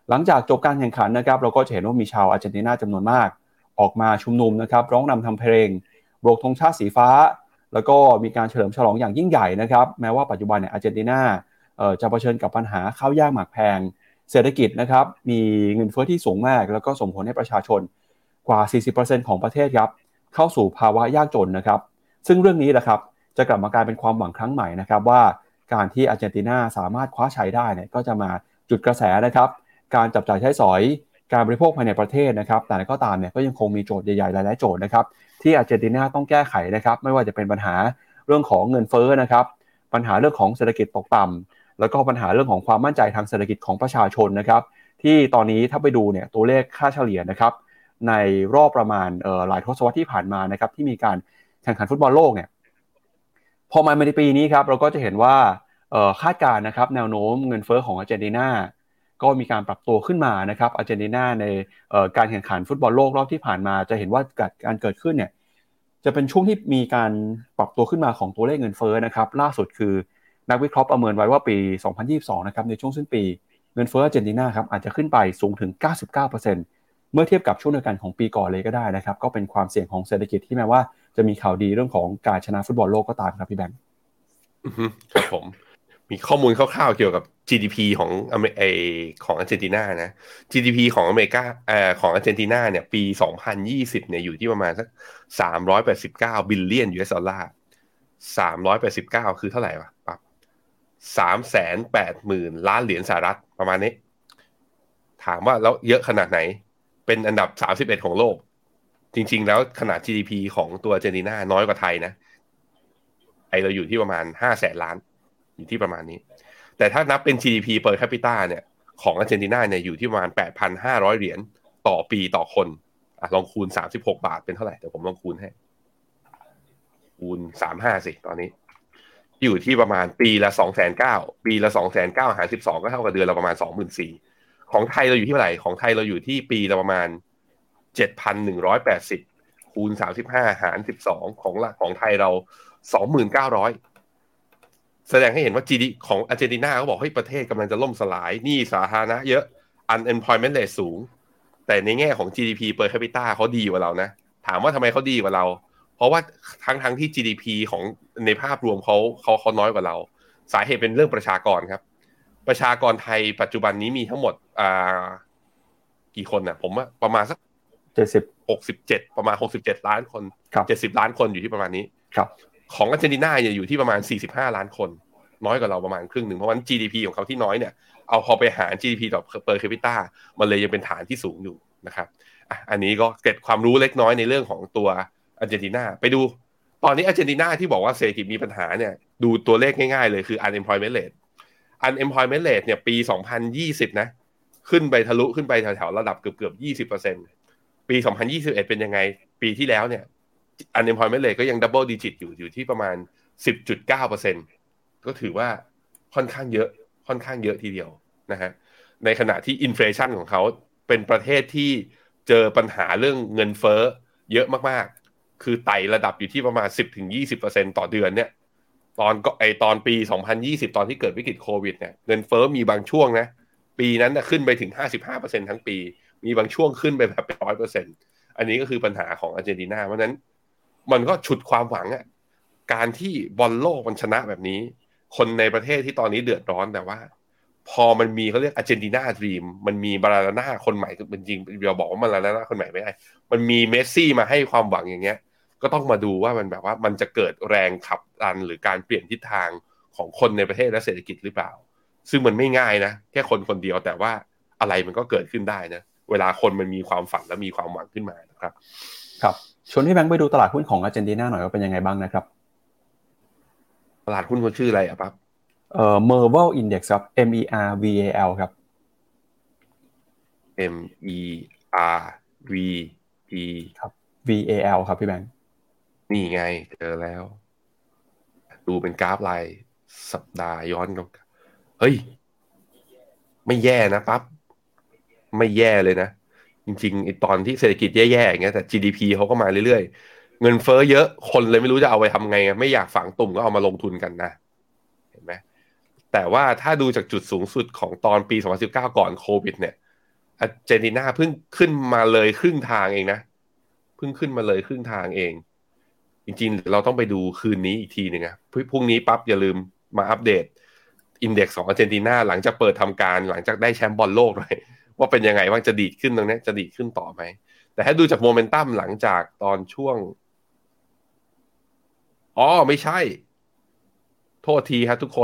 หลังจากจบการแข่งขันนะครับเราก็จะเห็นว่ามีชาวอาร์เจนตินาจำนวนมากออกมาชุมนุมนะครับร้องนำทำเพลงโบกธงชาติสีฟ้าแล้วก็มีการเฉลิมฉลองอย่างยิ่งใหญ่นะครับแม้ว่าปัจจุบันเนี่ยอาร์เจนตินาเอ่อจะเผชิญกับปัญหาข้าวยากหมากแพงเศรษฐกิจนะครับมีเงินเฟ้อที่สูงมากแล้วก็ส่งผลให้ประชาชนกว่า สี่สิบเปอร์เซ็นต์ ของประเทศครับเข้าสู่ภาวะยากจนนะครับซึ่งเรื่องนี้แหละครับจะกลับมากลายเป็นความหวังครั้งใหม่นะครับว่าการที่อาร์เจนตินาสามารถคว้าชัยได้เนี่ยก็จะมาจุดกระแสนะครับการจับจ่ายใช้สอยการบริโภคภายในประเทศนะครับแต่ก็ตามเนี่ยก็ยังคงมีโจทย์ใหญ่ๆหลายๆโจทย์นะครับที่อาร์เจนตินาต้องแก้ไขนะครับไม่ว่าจะเป็นปัญหาเรื่องของเงินเฟ้อนะครับปัญหาเรื่องของเศรษฐกิจตกต่ำแล้วก็ปัญหาเรื่องของความมั่นใจทางเศรษฐกิจของประชาชนนะครับที่ตอนนี้ถ้าไปดูเนี่ยตัวเลขค่าเฉลี่ยนะครับในรอบประมาณเอ่อหลายทศวรรษที่ผ่านมานะครับที่มีการแข่งขันฟุตบอลโลกเนี่ยพอมาในปีนี้ครับเราก็จะเห็นว่าเอ่อคาดการณ์นะครับแนวโน้มเงินเฟ้อของอาร์เจนตินาก็มีการปรับตัวขึ้นมานะครับอาร์เจนตินาในเอ่อการแข่งขันฟุตบอลโลกรอบที่ผ่านมาจะเห็นว่าการเกิดขึ้นเนี่ยจะเป็นช่วงที่มีการปรับตัวขึ้นมาของตัวเลขเงินเฟ้อนะครับล่าสุดคือนักวิเคราะห์ประเมินไว้ว่าปีสองพันยี่สิบสองนะครับในช่วงสิ้นปีเงินเฟ้ออาร์เจนตินาครับอาจจะขึ้นไปสูงถึง เก้าสิบเก้าเปอร์เซ็นต์ เมื่อเทียบกับช่วงเดียวกันของปีก่อนเลยก็ได้นะครับก็เป็นความเสี่ยงของเศรษฐกิจที่แม้ว่าจะมีข่าวดีเรื่องของการชนะฟุตบอลโลกก็ตามครับพี่แบงค์ครับผมมีข้อมูลคร่าวๆเกี่ยวกับ จี ดี พี ของอเมไอของอาร์เจนตินานะ จี ดี พี ของอเมริกาเอ่อของอาร์เจนตินาเนี่ยปีสองพันยี่สิบเนี่ยอยู่ที่ประมาณสักสามร้อยแปดสิบเก้าบิลเลียน ยู เอส ดอลลาร์สามร้อยแปดสิบเก้าคือเท่าไหร่วะปั๊บ สามแสนแปดหมื่น ล้านเหรียญสหรัฐประมาณนี้ถามว่าแล้วเยอะขนาดไหนเป็นอันดับสามสิบเอ็ดของโลกจริงๆแล้วขนาด จี ดี พี ของตัวอาร์เจนตินาน้อยกว่าไทยนะไอเราอยู่ที่ประมาณห้าแสนล้านอยู่ที่ประมาณนี้แต่ถ้านับเป็น จี ดี พี per capita เนี่ยของอาร์เจนตินาเนี่ยอยู่ที่ประมาณ แปดพันห้าร้อย เหรียญต่อปีต่อคนอ่ะลองคูณสามสิบหกบาทเป็นเท่าไหร่เดี๋ยวผมลองคูณให้คูณสามสิบห้าสิตอนนี้อยู่ที่ประมาณปีละ สองแสนเก้าหมื่น ปีละ สองแสนเก้าหมื่น หารสิบสองก็เท่ากับเดือนละประมาณ สองหมื่นสี่พัน ของไทยเราอยู่ที่เท่าไหร่ของไทยเราอยู่ที่ปีละประมาณ เจ็ดพันหนึ่งร้อยแปดสิบ คูณสามสิบห้าหารสิบสองของละของไทยเรา สองหมื่นเก้าร้อยแสดงให้เห็นว่า จี ดี ของอาร์เจนตินาเขาบอกเฮ้ยประเทศกำลังจะล่มสลายหนี้สาธารณะเยอะ unemployment rate สูงแต่ในแง่ของ จี ดี พี per capita เขาดีกว่าเรานะถามว่าทำไมเขาดีกว่าเราเพราะว่าทั้งทั้งที่ จี ดี พี ของในภาพรวมเขาเขาเขาน้อยกว่าเราสาเหตุเป็นเรื่องประชากรครับประชากรไทยปัจจุบันนี้มีทั้งหมดอ่ากี่คนน่ะผมว่าประมาณสักเจ็ดสิบหกสิบเจ็ดประมาณหกสิบเจ็ดล้านคนเจ็ดสิบล้านคนอยู่ที่ประมาณนี้ครับของอาร์เจนตินาเนี่ยอยู่ที่ประมาณสี่สิบห้าล้านคนน้อยกว่าเราประมาณครึ่งนึงเพราะว่า จี ดี พี ของเขาที่น้อยเนี่ยเอาพอไปหาร จี ดี พี ต่อ per capita มันเลยยังเป็นฐานที่สูงอยู่นะครับอ่ะอันนี้ก็เก็บความรู้เล็กน้อยในเรื่องของตัวอาร์เจนตินาไปดูตอนนี้อาร์เจนตินาที่บอกว่าเศรษฐกิจมีปัญหาเนี่ยดูตัวเลขง่ายๆเลยคือ unemployment rate unemployment rate เนี่ยปีสองพันยี่สิบนะขึ้นไปทะลุขึ้นไปแถวๆระดับเกือบๆ ยี่สิบเปอร์เซ็นต์ ปีสองพันยี่สิบเอ็ดเป็นยังไงปีที่แล้วเนี่ย unemployment rate ก็ยัง double digit อยู่อยู่ที่ประมาณ สิบจุดเก้าเปอร์เซ็นต์ ก็ถือว่าค่อนข้างเยอะค่อนข้างเยอะทีเดียวนะฮะในขณะที่ inflation ของเขาเป็นประเทศที่เจอปัญหาเรื่องเงินเฟ้อเยอะมากๆคือไต่ระดับอยู่ที่ประมาณ สิบถึงยี่สิบเปอร์เซ็นต์ ต่อเดือนเนี่ยตอนก็ไอตอนปีสองพันยี่สิบตอนที่เกิดวิกฤตโควิดเนี่ยเงินเฟ้อมีบางช่วงนะปีนั้นน่ะขึ้นไปถึง ห้าสิบห้าเปอร์เซ็นต์ ทั้งปีมีบางช่วงขึ้นไปแบบ หนึ่งร้อยเปอร์เซ็นต์ อันนี้ก็คือปัญหาของอาร์เจนตินาเพราะนั้นมันก็ฉุดความหวังอ่ะการที่บอลโลกมันชนะแบบนี้คนในประเทศที่ตอนนี้เดือดร้อนแต่ว่าพอมันมีเขาเรียกอาร์เจนตินาดรีมมันมีบาราน่าคนใหม่เป็นจริงเราบอกว่าบาราน่าคนใหม่ไม่ได้มันมีเมสซี่มาให้ความหวังอย่างเงี้ยก็ต้องมาดูว่ามันแบบว่ามันจะเกิดแรงขับดันหรือการเปลี่ยนทิศทางของคนในประเทศและเศรษฐกิจหรือเปล่าซึ่งมันไม่ง่ายนะแค่คนคนเดียวแต่ว่าอะไรมันก็เกิดขึ้นได้นะเวลาคนมันมีความฝันและมีความหวังขึ้นมานะครับครับชวนพี่แบงค์ไปดูตลาดหุ้นของอาร์เจนตินาหน่อยว่าเป็นยังไงบ้างนะครับตลาดหุ้นมันชื่ออะไรอ่ะปั๊บเอ่อ Merval Index ครับ M E R V A L ครับ M E R V E ครับ V A L ครับพี่แบงค์นี่ไงเจอแล้วดูเป็นกราฟรายสัปดาห์ย้อนกลับเฮ้ยไม่แย่นะปั๊บไม่แย่เลยนะจริงๆไอ้ตอนที่เศรษฐกิจแย่ๆอย่างเงี้ยแต่ จี ดี พี เขาก็มาเรื่อยๆเงินเฟ้อเยอะคนเลยไม่รู้จะเอาไปทำไงไม่อยากฝังตุ่มก็เอามาลงทุนกันนะเห็นไหมแต่ว่าถ้าดูจากจุดสูงสุดของตอนปีสองพันสิบเก้าก่อนโควิดเนี่ยอาร์เจนตินาเพิ่งขึ้นมาเลยครึ่งทางเองนะเพิ่งขึ้นมาเลยครึ่งทางเองจริงๆเราต้องไปดูคืนนี้อีกทีหนึ่งนะพรุ่งนี้ปั๊บอย่าลืมมาอัปเดตอินเด็กซ์ของอาร์เจนตินาหลังจากเปิดทำการหลังจากได้แชมป์บอลโลกเลยว่าเป็นยังไงว่าจะดีดขึ้นตรงนี้จะดีดขึ้นต่อไหมแต่ถ้าดูจากโมเมนตัมหลังจากตอนช่วงอ๋อไม่ใช่โทษทีครับทุกคน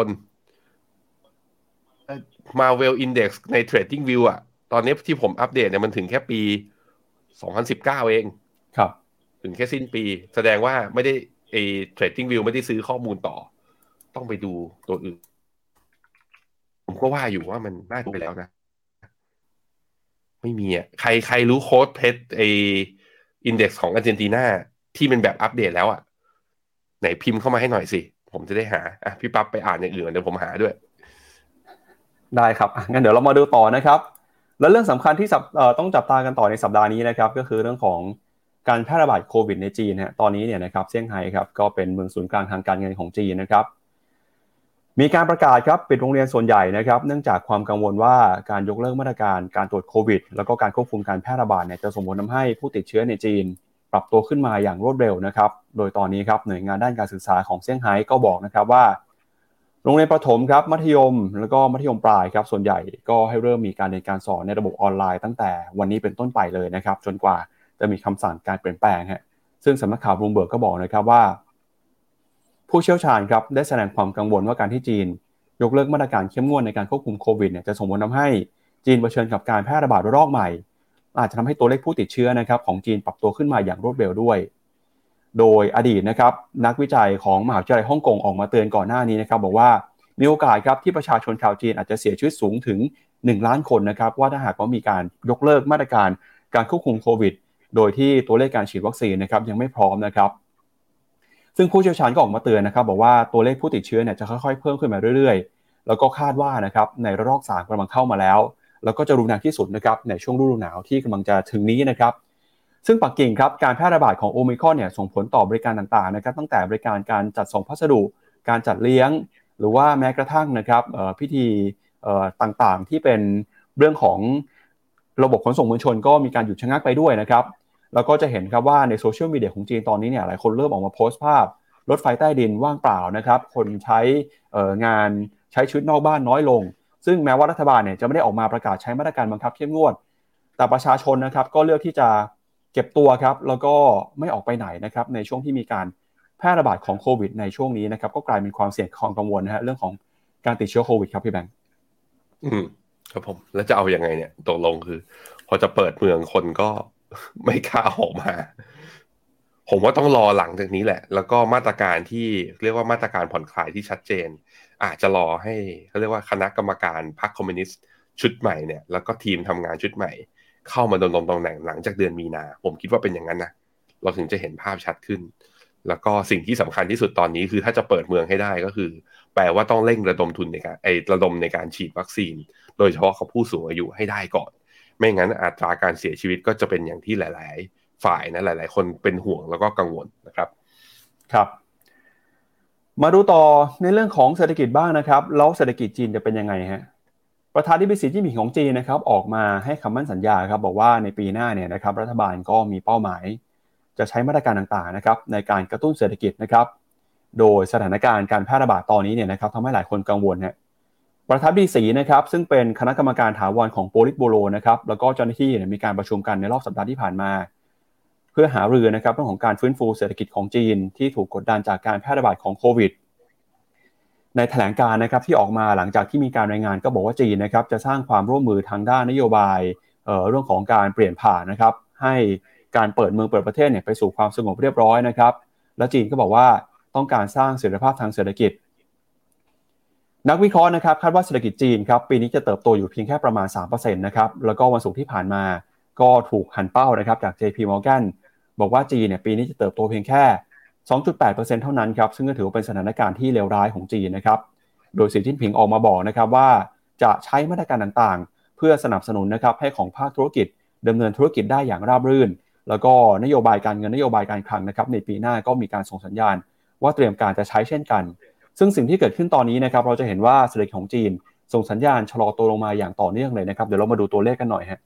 Marvel Index ใน Trading View อ่ะตอนนี้ที่ผมอัปเดตเนี่ยมันถึงแค่ปีสองพันสิบเก้าเองครับถึงแค่สิ้นปีแสดงว่าไม่ได้ไอ้ Trading View ไม่ได้ซื้อข้อมูลต่อต้องไปดูตัวอื่นผมก็ว่าอยู่ว่ามันน่าจะไปแล้วนะไม่มีอ่ะใครใครรู้โค้ดเพชรไอ้อินเด็กซ์ของอาร์เจนตินาที่เป็นแบบอัปเดตแล้วอ่ะไหนพิมพ์เข้ามาให้หน่อยสิผมจะได้หาอ่ะพี่ปั๊บไปอ่านอย่างอื่นเดี๋ยวผมหาด้วยได้ครับงั้นเดี๋ยวเรามาดูต่อนะครับและเรื่องสำคัญที่ต้องจับตากันต่อในสัปดาห์นี้นะครับก็คือเรื่องของการแพร่ระบาดโควิดในจีนฮะตอนนี้เนี่ยนะครับเซี่ยงไฮ้ครับก็เป็นเมืองศูนย์กลางทางการเงินของจีนนะครับมีการประกาศครับปิดโรงเรียนส่วนใหญ่นะครับเนื่องจากความกังวลว่าการยกเลิกมาตรการการตรวจโควิดแล้วก็การควบคุมการแพร่ระบาดเนี่ยจะส่งผลทำให้ผู้ติดเชื้อในจีนปรับตัวขึ้นมาอย่างรวดเร็วนะครับโดยตอนนี้ครับหน่วยงานด้านการศึกษาของเซี่ยงไฮ้ก็บอกนะครับว่าโรงเรียนประถมครับมัธยมแล้วก็มัธยมปลายครับส่วนใหญ่ก็ให้เริ่มมีการเรียนการสอนในระบบออนไลน์ตั้งแต่วันนี้เป็นต้นไปเลยนะครับจนกว่าจะมีคำสั่งการเปลี่ยนแปลงฮะซึ่งสำนักข่าวบลูมเบิร์กก็บอกนะครับว่าผู้เชี่ยวชาญครับได้แสดงความกังวลว่าการที่จีนยกเลิกมาตรการเข้มงวดในการควบคุมโควิดเนี่ยจะส่งผลทำให้จีนเผชิญกับการแพร่ระบาดระลอกใหม่อาจจะทำให้ตัวเลขผู้ติดเชื้อนะครับของจีนปรับตัวขึ้นมาอย่างรวดเร็วด้วยโดยอดีตนะครับนักวิจัยของมหาวิทยาลัยฮ่องกงออกมาเตือนก่อนหน้านี้นะครับบอกว่ามีโอกาสครับที่ประชาชนชาวจีนอาจจะเสียชีวิตสูงถึงหนึ่งล้านคนนะครับว่าถ้าหากว่ามีการยกเลิกมาตรการการควบคุมโควิดโดยที่ตัวเลขการฉีดวัคซีนนะครับยังไม่พร้อมนะครับซึ่งผู้เชี่ยวชาญก็ออกมาเตือนนะครับบอกว่าตัวเลขผู้ติดเชื้อเนี่ยจะค่อยๆเพิ่มขึ้นมาเรื่อยๆแล้วก็คาดว่านะครับในระลอกสามกำลังเข้ามาแล้วแล้วก็จะรุนแรงที่สุดนะครับในช่วงฤดูหนาวที่กำลังจะถึงนี้นะครับซึ่งปักกิ่งครับการแพร่ระบาดของโอมิครอนเนี่ยส่งผลต่อบริการต่างๆนะครับตั้งแต่บริการการจัดส่งพัสดุการจัดเลี้ยงหรือว่าแม้กระทั่งนะครับพิธีต่างๆที่เป็นเรื่องของระบบขนส่งมวลชนก็มีการหยุดชะงักไปด้วยนะครับแล้วก็จะเห็นครับว่าในโซเชียลมีเดียของจีนตอนนี้เนี่ยหลายคนเริ่มออกมาโพสต์ภาพรถไฟใต้ดินว่างเปล่านะครับคนใช้งานใช้ชีวิตนอกบ้านน้อยลงซึ่งแม้ว่ารัฐบาลเนี่ยจะไม่ได้ออกมาประกาศใช้มาตรการบังคับเข้มงวดแต่ประชาชนนะครับก็เลือกที่จะเก็บตัวครับแล้วก็ไม่ออกไปไหนนะครับในช่วงที่มีการแพร่ระบาดของโควิดในช่วงนี้นะครับก็กลายเป็นความเสี่ยงความกังวลนะฮะเรื่องของการติดเชื้อโควิดครับพี่แบงค์อืมครับผมแล้วจะเอายังไงเนี่ยตกลงคือพอจะเปิดเมืองคนก็ไม่กล้าออกมาผมว่าต้องรอหลังจากนี้แหละแล้วก็มาตรการที่เรียกว่ามาตรการผ่อนคลายที่ชัดเจนอาจจะรอให้เขาเรียกว่าคณะกรรมการพรรคคอมมิวนิสต์ชุดใหม่เนี่ยแล้วก็ทีมทำงานชุดใหม่เข้ามาดำรงตำแหน่งหลังจากเดือนมีนาผมคิดว่าเป็นอย่างนั้นนะเราถึงจะเห็นภาพชัดขึ้นแล้วก็สิ่งที่สำคัญที่สุดตอนนี้คือถ้าจะเปิดเมืองให้ได้ก็คือแปลว่าต้องเร่งระดมทุนในการไอ้ระดมในการฉีดวัคซีนโดยเฉพาะกับผู้สูงอายุให้ได้ก่อนไม่งั้นอัตราการเสียชีวิตก็จะเป็นอย่างที่หลายๆฝ่ายนะหลายๆคนเป็นห่วงแล้วก็กังวลนะครับครับมาดูต่อในเรื่องของเศรษฐกิจบ้างนะครับแล้วเศรษฐกิจจีนจะเป็นยังไงฮะประธานาธิบดีสีจิ้นผิงของจีนนะครับออกมาให้คำมั่นสัญญาครับบอกว่าในปีหน้าเนี่ยนะครับรัฐบาลก็มีเป้าหมายจะใช้มาตรการต่างๆนะครับในการกระตุ้นเศรษฐกิจนะครับโดยสถานการณ์การแพร่ระบาดตอนนี้เนี่ยนะครับทำให้หลายคนกังวลฮะประธานาธิบดีสีนะครับซึ่งเป็นคณะกรรมการถาวรของโปลิตบูโรนะครับแล้วก็เจ้าหน้าที่เนี่ยมีการประชุมกันในรอบสัปดาห์ที่ผ่านมาเพื่อหารือนะครับเรื่องของการฟื้นฟูเศรษฐกิจของจีนที่ถูกกดดันจากการแพร่ระบาดของโควิดในแถลงการนะครับที่ออกมาหลังจากที่มีการรายงานก็บอกว่าจีนนะครับจะสร้างความร่วมมือทางด้านนโยบาย เอ่อ เรื่องของการเปลี่ยนผ่านนะครับให้การเปิดเมืองเปิดประเทศเนี่ยไปสู่ความสงบเรียบร้อยนะครับและจีนก็บอกว่าต้องการสร้างเสถียรภาพทางเศรษฐกิจนักวิเคราะห์นะครับคาดว่าเศรษฐกิจจีนครับปีนี้จะเติบโตอยู่เพียงแค่ประมาณ สามเปอร์เซ็นต์ นะครับแล้วก็วันศุกร์ที่ผ่านมาก็ถูกหันเป้านะครับจาก เจ พี Morgan บอกว่าจีนเนี่ยปีนี้จะเติบโตเพียงแค่ สองจุดแปดเปอร์เซ็นต์ เท่านั้นครับซึ่งก็ถือว่าเป็นสถานการณ์ที่เลวร้ายของจีนนะครับโดยสีจิ้นผิงออกมาบอกนะครับว่าจะใช้มาตรการต่างๆเพื่อสนับสนุนนะครับให้ของภาคธุรกิจดำเนินธุรกิจได้อย่างราบรื่นแล้วก็นโยบายการเงินนโยบายการคลังนะครับในปีหน้าก็มีการส่งสัญญาณว่าเตรียมการจะใช้เช่นกันซึ่งสิ่งที่เกิดขึ้นตอนนี้นะครับเราจะเห็นว่าเศรษฐกิจของจีนส่งสัญญาณชะลอตัวลงมาอย่างต่อเนื่องเลยนะครับเดี๋ยวเรามาดูตัวเลขกันหน่อยฮะ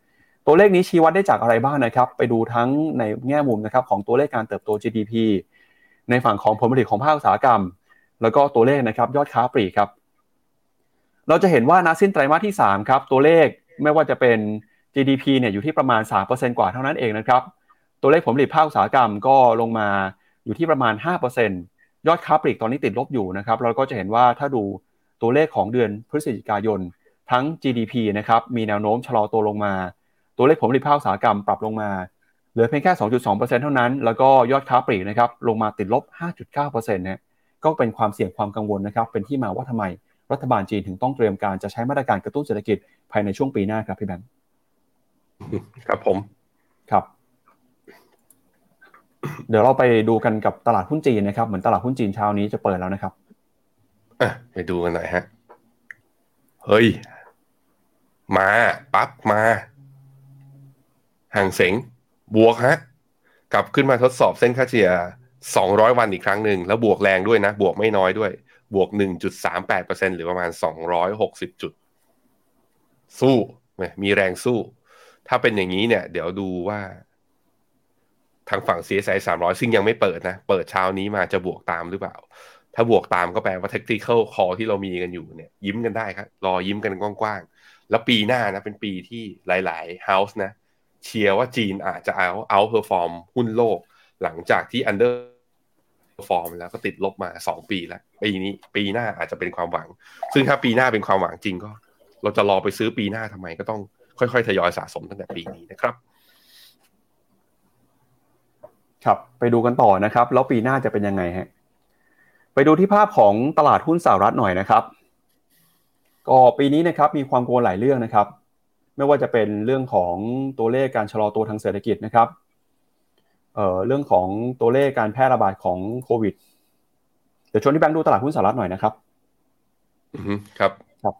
ตัวเลขนี้ชี้วัดได้จากอะไรบ้างนะครับไปดูทั้งในแง่มุมนะครับของตัวเลขการเติบโต จี ดี พี ในฝั่งของผลผลิตของภาคอุตสาหกรรมแล้วก็ตัวเลขนะครับยอดค้าปลีกครับเราจะเห็นว่าณสิ้นไตรมาสที่สามครับตัวเลขไม่ว่าจะเป็น จี ดี พี เนี่ยอยู่ที่ประมาณ สามเปอร์เซ็นต์ กว่าเท่านั้นเองนะครับตัวเลขผลผลิตภาคอุตสาหกรรมก็ลงมาอยู่ที่ประมาณ ห้าเปอร์เซ็นต์ ยอดค้าปลีกตอนนี้ติดลบอยู่นะครับเราก็จะเห็นว่าถ้าดูตัวเลขของเดือนพฤศจิกายนทั้ง จี ดี พี นะครับมีแนวโน้มชะลอตัวลงมาตัวเลขผลผลิตภาคอุตสาหกรรมปรับลงมาเหลือเพียงแค่ สองจุดสองเปอร์เซ็นต์ เท่านั้นแล้วก็ยอดค้าปลีกนะครับลงมาติดลบ ห้าจุดเก้าเปอร์เซ็นต์ นะก็เป็นความเสี่ยงความกังวลนะครับเป็นที่มาว่าทำไมรัฐบาลจีนถึงต้องเตรียมการจะใช้มาตรการกระตุ้นเศรษฐกิจภายในช่วงปีหน้าครับพี่แบงค์ครับผมครับเดี๋ยวเราไปดูกันกับตลาดหุ้นจีนนะครับเหมือนตลาดหุ้นจีนเช้านี้จะเปิดแล้วนะครับอ่ะไปดูกันหน่อยฮะเฮ้ยมาปั๊บมาห่างเสงบวกฮะกลับขึ้นมาทดสอบเส้นค่าเฉลี่ยสองร้อยวันอีกครั้งหนึ่งแล้วบวกแรงด้วยนะบวกไม่น้อยด้วยบวก หนึ่งจุดสามแปดเปอร์เซ็นต์ หรือประมาณสองร้อยหกสิบจุดสู้มีแรงสู้ถ้าเป็นอย่างนี้เนี่ยเดี๋ยวดูว่าทางฝั่ง ซี เอส ไอ สามร้อยซึ่งยังไม่เปิดนะเปิดเช้านี้มาจะบวกตามหรือเปล่าถ้าบวกตามก็แปลว่า technical call ที่เรามีกันอยู่เนี่ยยิ้มกันได้ครับรอยิ้มกันกว้างๆแล้วปีหน้านะเป็นปีที่หลายๆ house นะเชียร์ว่าจีนอาจจะเอา outperform หุ้นโลกหลังจากที่ underperform แล้วก็ติดลบมาสองปีแล้วปีนี้ปีหน้าอาจจะเป็นความหวังซึ่งถ้าปีหน้าเป็นความหวังจริงก็เราจะรอไปซื้อปีหน้าทำไมก็ต้องค่อยๆทยอยสะสมตั้งแต่ปีนี้นะครับครับไปดูกันต่อนะครับแล้วปีหน้าจะเป็นยังไงฮะไปดูที่ภาพของตลาดหุ้นสหรัฐหน่อยนะครับก็ปีนี้นะครับมีความกังวลหลายเรื่องนะครับไม่ว่าจะเป็นเรื่องของตัวเลขการชะลอตัวทางเศรษฐกิจนะครับเอ่อเรื่องของตัวเลขการแพร่ระบาดของโควิดเดี๋ยวชวนที่แบงค์ดูตลาดหุ้นสหรัฐหน่อยนะครับอือครับครับ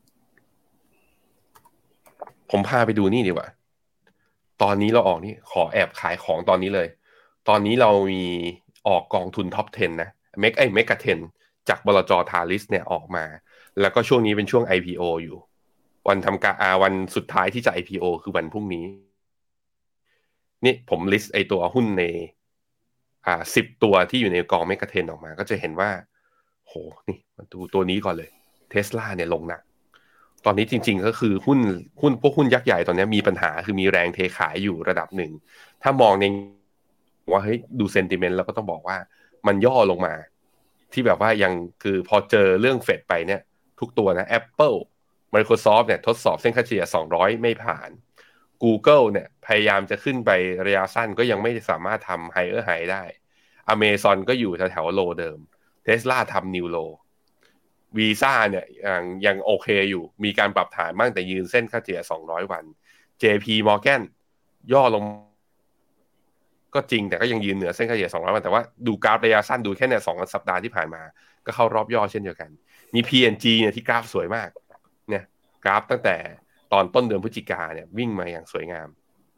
ผมพาไปดูนี่ดีกว่าตอนนี้เราออกนี่ขอแอบขายของตอนนี้เลยตอนนี้เรามีออกกองทุนท็อปสิบนะเมกไอ้เมกะสิบจากบลจ.ทาริสเนี่ยออกมาแล้วก็ช่วงนี้เป็นช่วง ไอ พี โอ อยู่วันทำการอ่าวันสุดท้ายที่จะ ไอ พี โอ คือวันพรุ่งนี้นี่ผมลิสต์ไอ้ตัวหุ้นในอ่าสิบตัวที่อยู่ในกองเมกะสิบออกมาก็จะเห็นว่าโหนี่มาดูตัวนี้ก่อนเลย Tesla เนี่ยลงหนักตอนนี้จริงๆก็คือหุ้นหุ้นพวกหุ้นยักษ์ใหญ่ตอนนี้มีปัญหาคือมีแรงเทขายอยู่ระดับหนึ่งถ้ามองในว่าเฮ้ยดูเซนติเมนต์แล้วก็ต้องบอกว่ามันย่อลงมาที่แบบว่ายังคือพอเจอเรื่องเฟดไปเนี่ยทุกตัวนะ Apple Microsoft เนี่ยทดสอบเส้นค่าเฉลี่ยสองร้อยไม่ผ่าน Google เนี่ยพยายามจะขึ้นไประยะสั้นก็ยังไม่สามารถทำ higher high ได้ Amazon ก็อยู่แถวๆโลเดิม Tesla ทำ new low Visa เนี่ยยังยังโอเคอยู่มีการปรับฐานบ้างแต่ยืนเส้นค่าเฉลี่ยสองร้อยวัน เจ พี Morgan ย่อลงก็จริงแต่ก็ยังยืนเหนือเส้นค่าเฉลี่ยสองร้อยวันแต่ว่าดูกราฟระยะสั้นดูแค่เนี่ยสองสัปดาห์ที่ผ่านมาก็เข้ารอบย่อเช่นเดียวกันมี พี เอ็น จี เนี่ยที่กราฟสวยมากเนี่ยกราฟตั้งแต่ตอนต้นเดือนพฤศจิกาเนี่ยวิ่งมาอย่างสวยงาม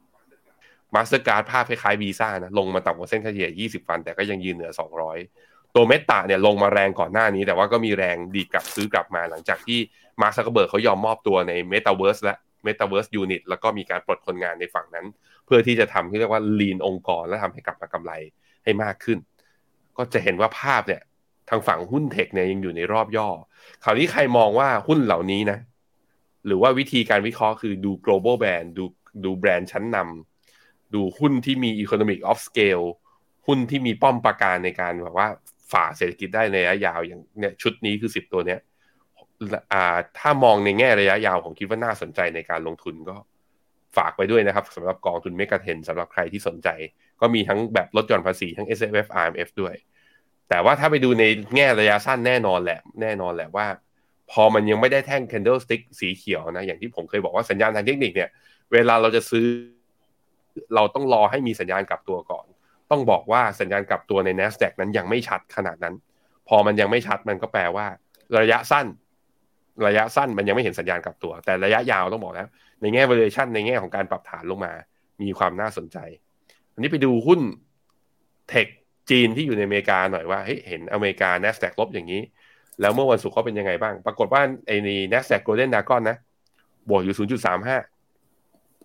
Mastercard ภาพคล้ายๆ Visa นะลงมาต่ำกว่าเส้นค่าเฉลี่ยยี่สิบวันแต่ก็ยังยืนเหนือสองร้อยตัวเมตาเนี่ยลงมาแรงก่อนหน้านี้แต่ว่าก็มีแรงดีดกลับซื้อกลับมาหลังจากที่มาร์ค ซักเคอร์เบิร์กเขายอมมอบตัวใน Metaverse และ Metaverse Unit แล้วก็มีการปลดคนงานในฝั่งนั้นเพื่อที่จะทำที่เรียกว่า lean องค์กรและทำให้กลับมากำไรให้มากขึ้นก็จะเห็นว่าภาพเนี่ยทางฝั่งหุ้นเทคเนี่ยยังอยู่ในรอบย่อคราวนี้ใครมองว่าหุ้นเหล่านี้นะหรือว่าวิธีการวิเคราะห์คือดู global brand ดูดูแบรนด์ชั้นนำดูหุ้นที่มี economic of scale หุ้นที่มีป้อมปราการในการแบบว่าฝ่าเศรษฐกิจได้ในระยะยาวอย่างเนี่ยชุดนี้คือสิบตัวเนี้ยอ่าถ้ามองในแง่ระยะยาวผมคิดว่าน่าสนใจในการลงทุนก็ฝากไปด้วยนะครับสำหรับกองทุนเมกะเทนสำหรับใครที่สนใจก็มีทั้งแบบลดหย่อนภาษีทั้ง เอส เอฟ เอฟ อาร์ เอ็ม เอฟ ด้วยแต่ว่าถ้าไปดูในแง่ระยะสั้นแน่นอนแหละแน่นอนแหละว่าพอมันยังไม่ได้แท่ง candlestick สีเขียวนะอย่างที่ผมเคยบอกว่าสัญญาณทางเทคนิคเนี่ยเวลาเราจะซื้อเราต้องรอให้มีสัญญาณกลับตัวก่อนต้องบอกว่าสัญญาณกลับตัวใน NASDAQ นั้นยังไม่ชัดขนาดนั้นพอมันยังไม่ชัดมันก็แปลว่าระยะสั้นระยะสั้นมันยังไม่เห็นสัญญาณกลับตัวแต่ระยะยาวต้องบอกแล้วในแง่ valuation ในแง่ของการปรับฐานลงมามีความน่าสนใจอันนี้ไปดูหุ้นเทคจีนที่อยู่ในอเมริกาหน่อยว่าเฮ้ยเห็นอเมริกา NASDAQ ลบอย่างนี้แล้วเมื่อวันศุกร์เขาเป็นยังไงบ้างปรากฏว่าไอ้ใน NASDAQ Golden Dragon นะบวกอยู่ ศูนย์จุดสามห้า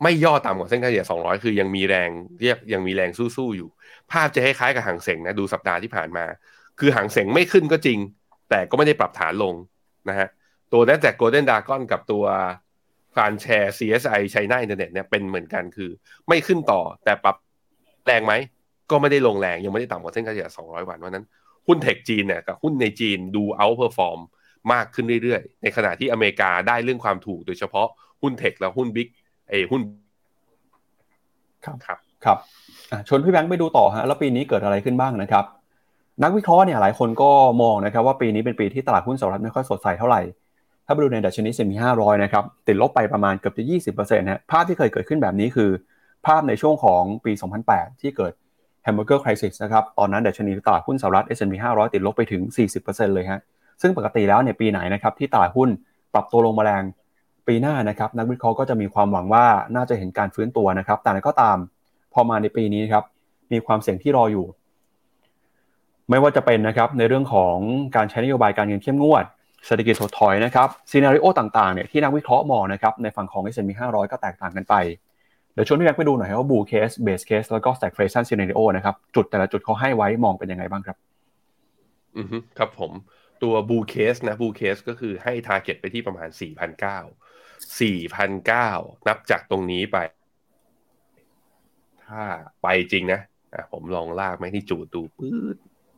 ไม่ย่อต่ำกว่าเส้นค่าเฉลี่ยสองร้อยคือยังมีแรงเรียกยังมีแรงสู้ๆอยู่ภาพจะคล้ายๆกับหางเส็งนะดูสัปดาห์ที่ผ่านมาคือหางเส็งไม่ขึ้นก็จริงแต่ก็ไม่ได้ปรับฐานลงนะฮะตัว Nasdaq Golden Dragon กับตัวฟานแชร์ ซี เอส ไอ China Internet เนี่ยเป็นเหมือนกันคือไม่ขึ้นต่อแต่ปรับแรงไหมก็ไม่ได้ลงแรงยังไม่ได้ต่ำกว่าเส้นค่าเฉลี่ยสองร้อยวันเพราะนั้นหุ้นเทคจีนเนี่ยกับหุ้นในจีนดูเอาท์เพอร์ฟอร์มมากขึ้นเรื่อยๆในขณะที่อเมริกาได้เรื่องความถูกโดยเฉพาะหุ้นเทคและหุ้นบิ๊กไอ้หุ้นครับครับครับชวนพี่แบงค์ไปดูต่อฮะแล้วปีนี้เกิดอะไรขึ้นบ้างนะครับนักวิเคราะห์เนี่ยหลายคนก็มองนะครับว่าปีนี้เป็นปีที่ตลาดหุ้นสหรัฐไม่ค่อยสดใสเท่าไหร่ถ้าไปดูในดัชนี เอส แอนด์ พี ห้าร้อยนะครับติดลบไปประมาณเกือบจะ ยี่สิบเปอร์เซ็นต์ ฮะภาพที่เคยเกิดขึ้นแบบนี้คือภาพในช่วงของปีสองพันแปดที่เกิด Hamburger Crisis นะครับตอนนั้นดัชนีตลาดหุ้นสหรัฐ เอส แอนด์ พี ห้าร้อยติดลบไปถึง สี่สิบเปอร์เซ็นต์ เลยฮะซึ่งปกติแล้วเนี่ยปีไหนนะครับที่ตลาดหุ้นปรับตัวลงมาแรงปีหน้านะครับนักวิเคราะห์ก็จะมีความหวังว่าน่าจะเห็นการฟื้นตัวนะครับแต่ก็ตามพอมาในปีนี้ครับมีความเสี่ยงที่รออยู่ไม่ว่าจะเป็นนะครับในเรื่องของการใช้นโยบายการเงินเข้มงวดเศรษฐกิจถดถอยนะครับซีนาริโอต่างๆเนี่ยที่นักวิเคราะห์มองนะครับในฝั่งของ เอส แอนด์ พี ห้าร้อยก็แตกต่างกันไปเดี๋ยวชวนพี่แบงค์ไปดูหน่อยว่า Bull Case Base Case แล้วก็ Stagflation Scenario นะครับจุดแต่ละจุดเขาให้ไว้มองเป็นยังไงบ้างครับอือฮึครับผมตัว Bull Case นะ Bull Case ก็คือให้ target ไปที่ประมาณ สี่พันเก้าร้อย สี่พันเก้าร้อย นับจากตรงนี้ไปถ้าไปจริงนะอ่ะผมลองลากไหมที่จูดดูปื๊ด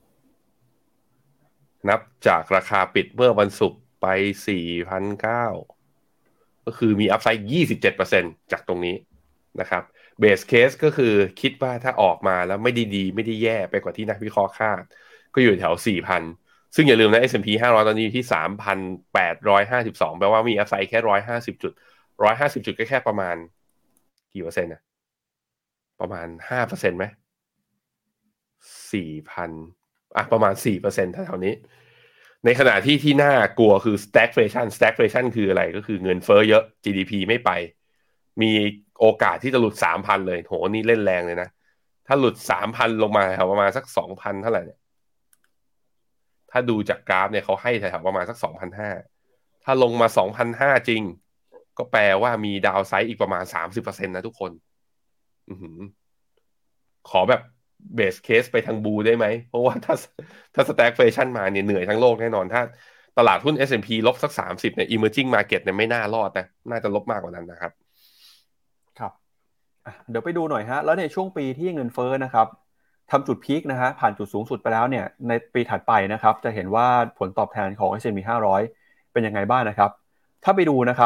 นับจากราคาปิดเมื่อวันศุกร์ไป สี่พันเก้าร้อย ก็คือมีอัพไซด์ ยี่สิบเจ็ดเปอร์เซ็นต์ จากตรงนี้นะครับเบสเคสก็คือคิดว่าถ้าออกมาแล้วไม่ได้ดีไม่ได้แย่ไปกว่าที่นักวิเคราะห์คาดก็อยู่แถว สี่พัน ซึ่งอย่าลืมนะ เอส แอนด์ พี ห้าร้อยตอนนี้อยู่ที่ สามพันแปดร้อยห้าสิบสอง แปลว่ามีอัพไซด์แค่หนึ่งร้อยห้าสิบจุดหนึ่งร้อยห้าสิบจุดก็แค่ประมาณกี่เปอร์เซ็นต์นะประมาณ ห้าเปอร์เซ็นต์ ไหม สี่พัน อ่ะประมาณ สี่เปอร์เซ็นต์ แถวๆนี้ในขณะที่ที่น่ากลัวคือ stagflation stagflation คืออะไรก็คือเงินเฟ้อเยอะ จี ดี พี ไม่ไปมีโอกาสที่จะหลุด สามพัน เลยโหนี่เล่นแรงเลยนะถ้าหลุด สามพัน ลงมาแถวประมาณสัก สองพัน เท่าไหร่เนี่ยถ้าดูจากกราฟเนี่ยเขาให้แถวประมาณสัก สองพันห้าร้อย ถ้าลงมา สองพันห้าร้อย จริงก็แปลว่ามีดาวไซด์อีกประมาณ สามสิบเปอร์เซ็นต์ นะทุกคนอือหือขอแบบเบสเคสไปทางบูได้ไหมเพราะว่าถ้าถ้า stagflation มาเนี่ยเหนื่อยทั้งโลกแน่นอนถ้าตลาดหุ้น เอส แอนด์ พี ลบสักสามสิบเนี่ย emerging market เนี่ยไม่น่ารอดนะน่าจะลบมากกว่านั้นนะครับครับเดี๋ยวไปดูหน่อยฮะแล้วในช่วงปีที่เงินเฟ้อนะครับทำจุดพีคนะฮะผ่านจุดสูงสุดไปแล้วเนี่ยในปีถัดไปนะครับจะเห็นว่าผลตอบแทนของ เอส แอนด์ พี ห้าร้อยเป็นยังไงบ้างนะครับถ้าไปดูนะครับ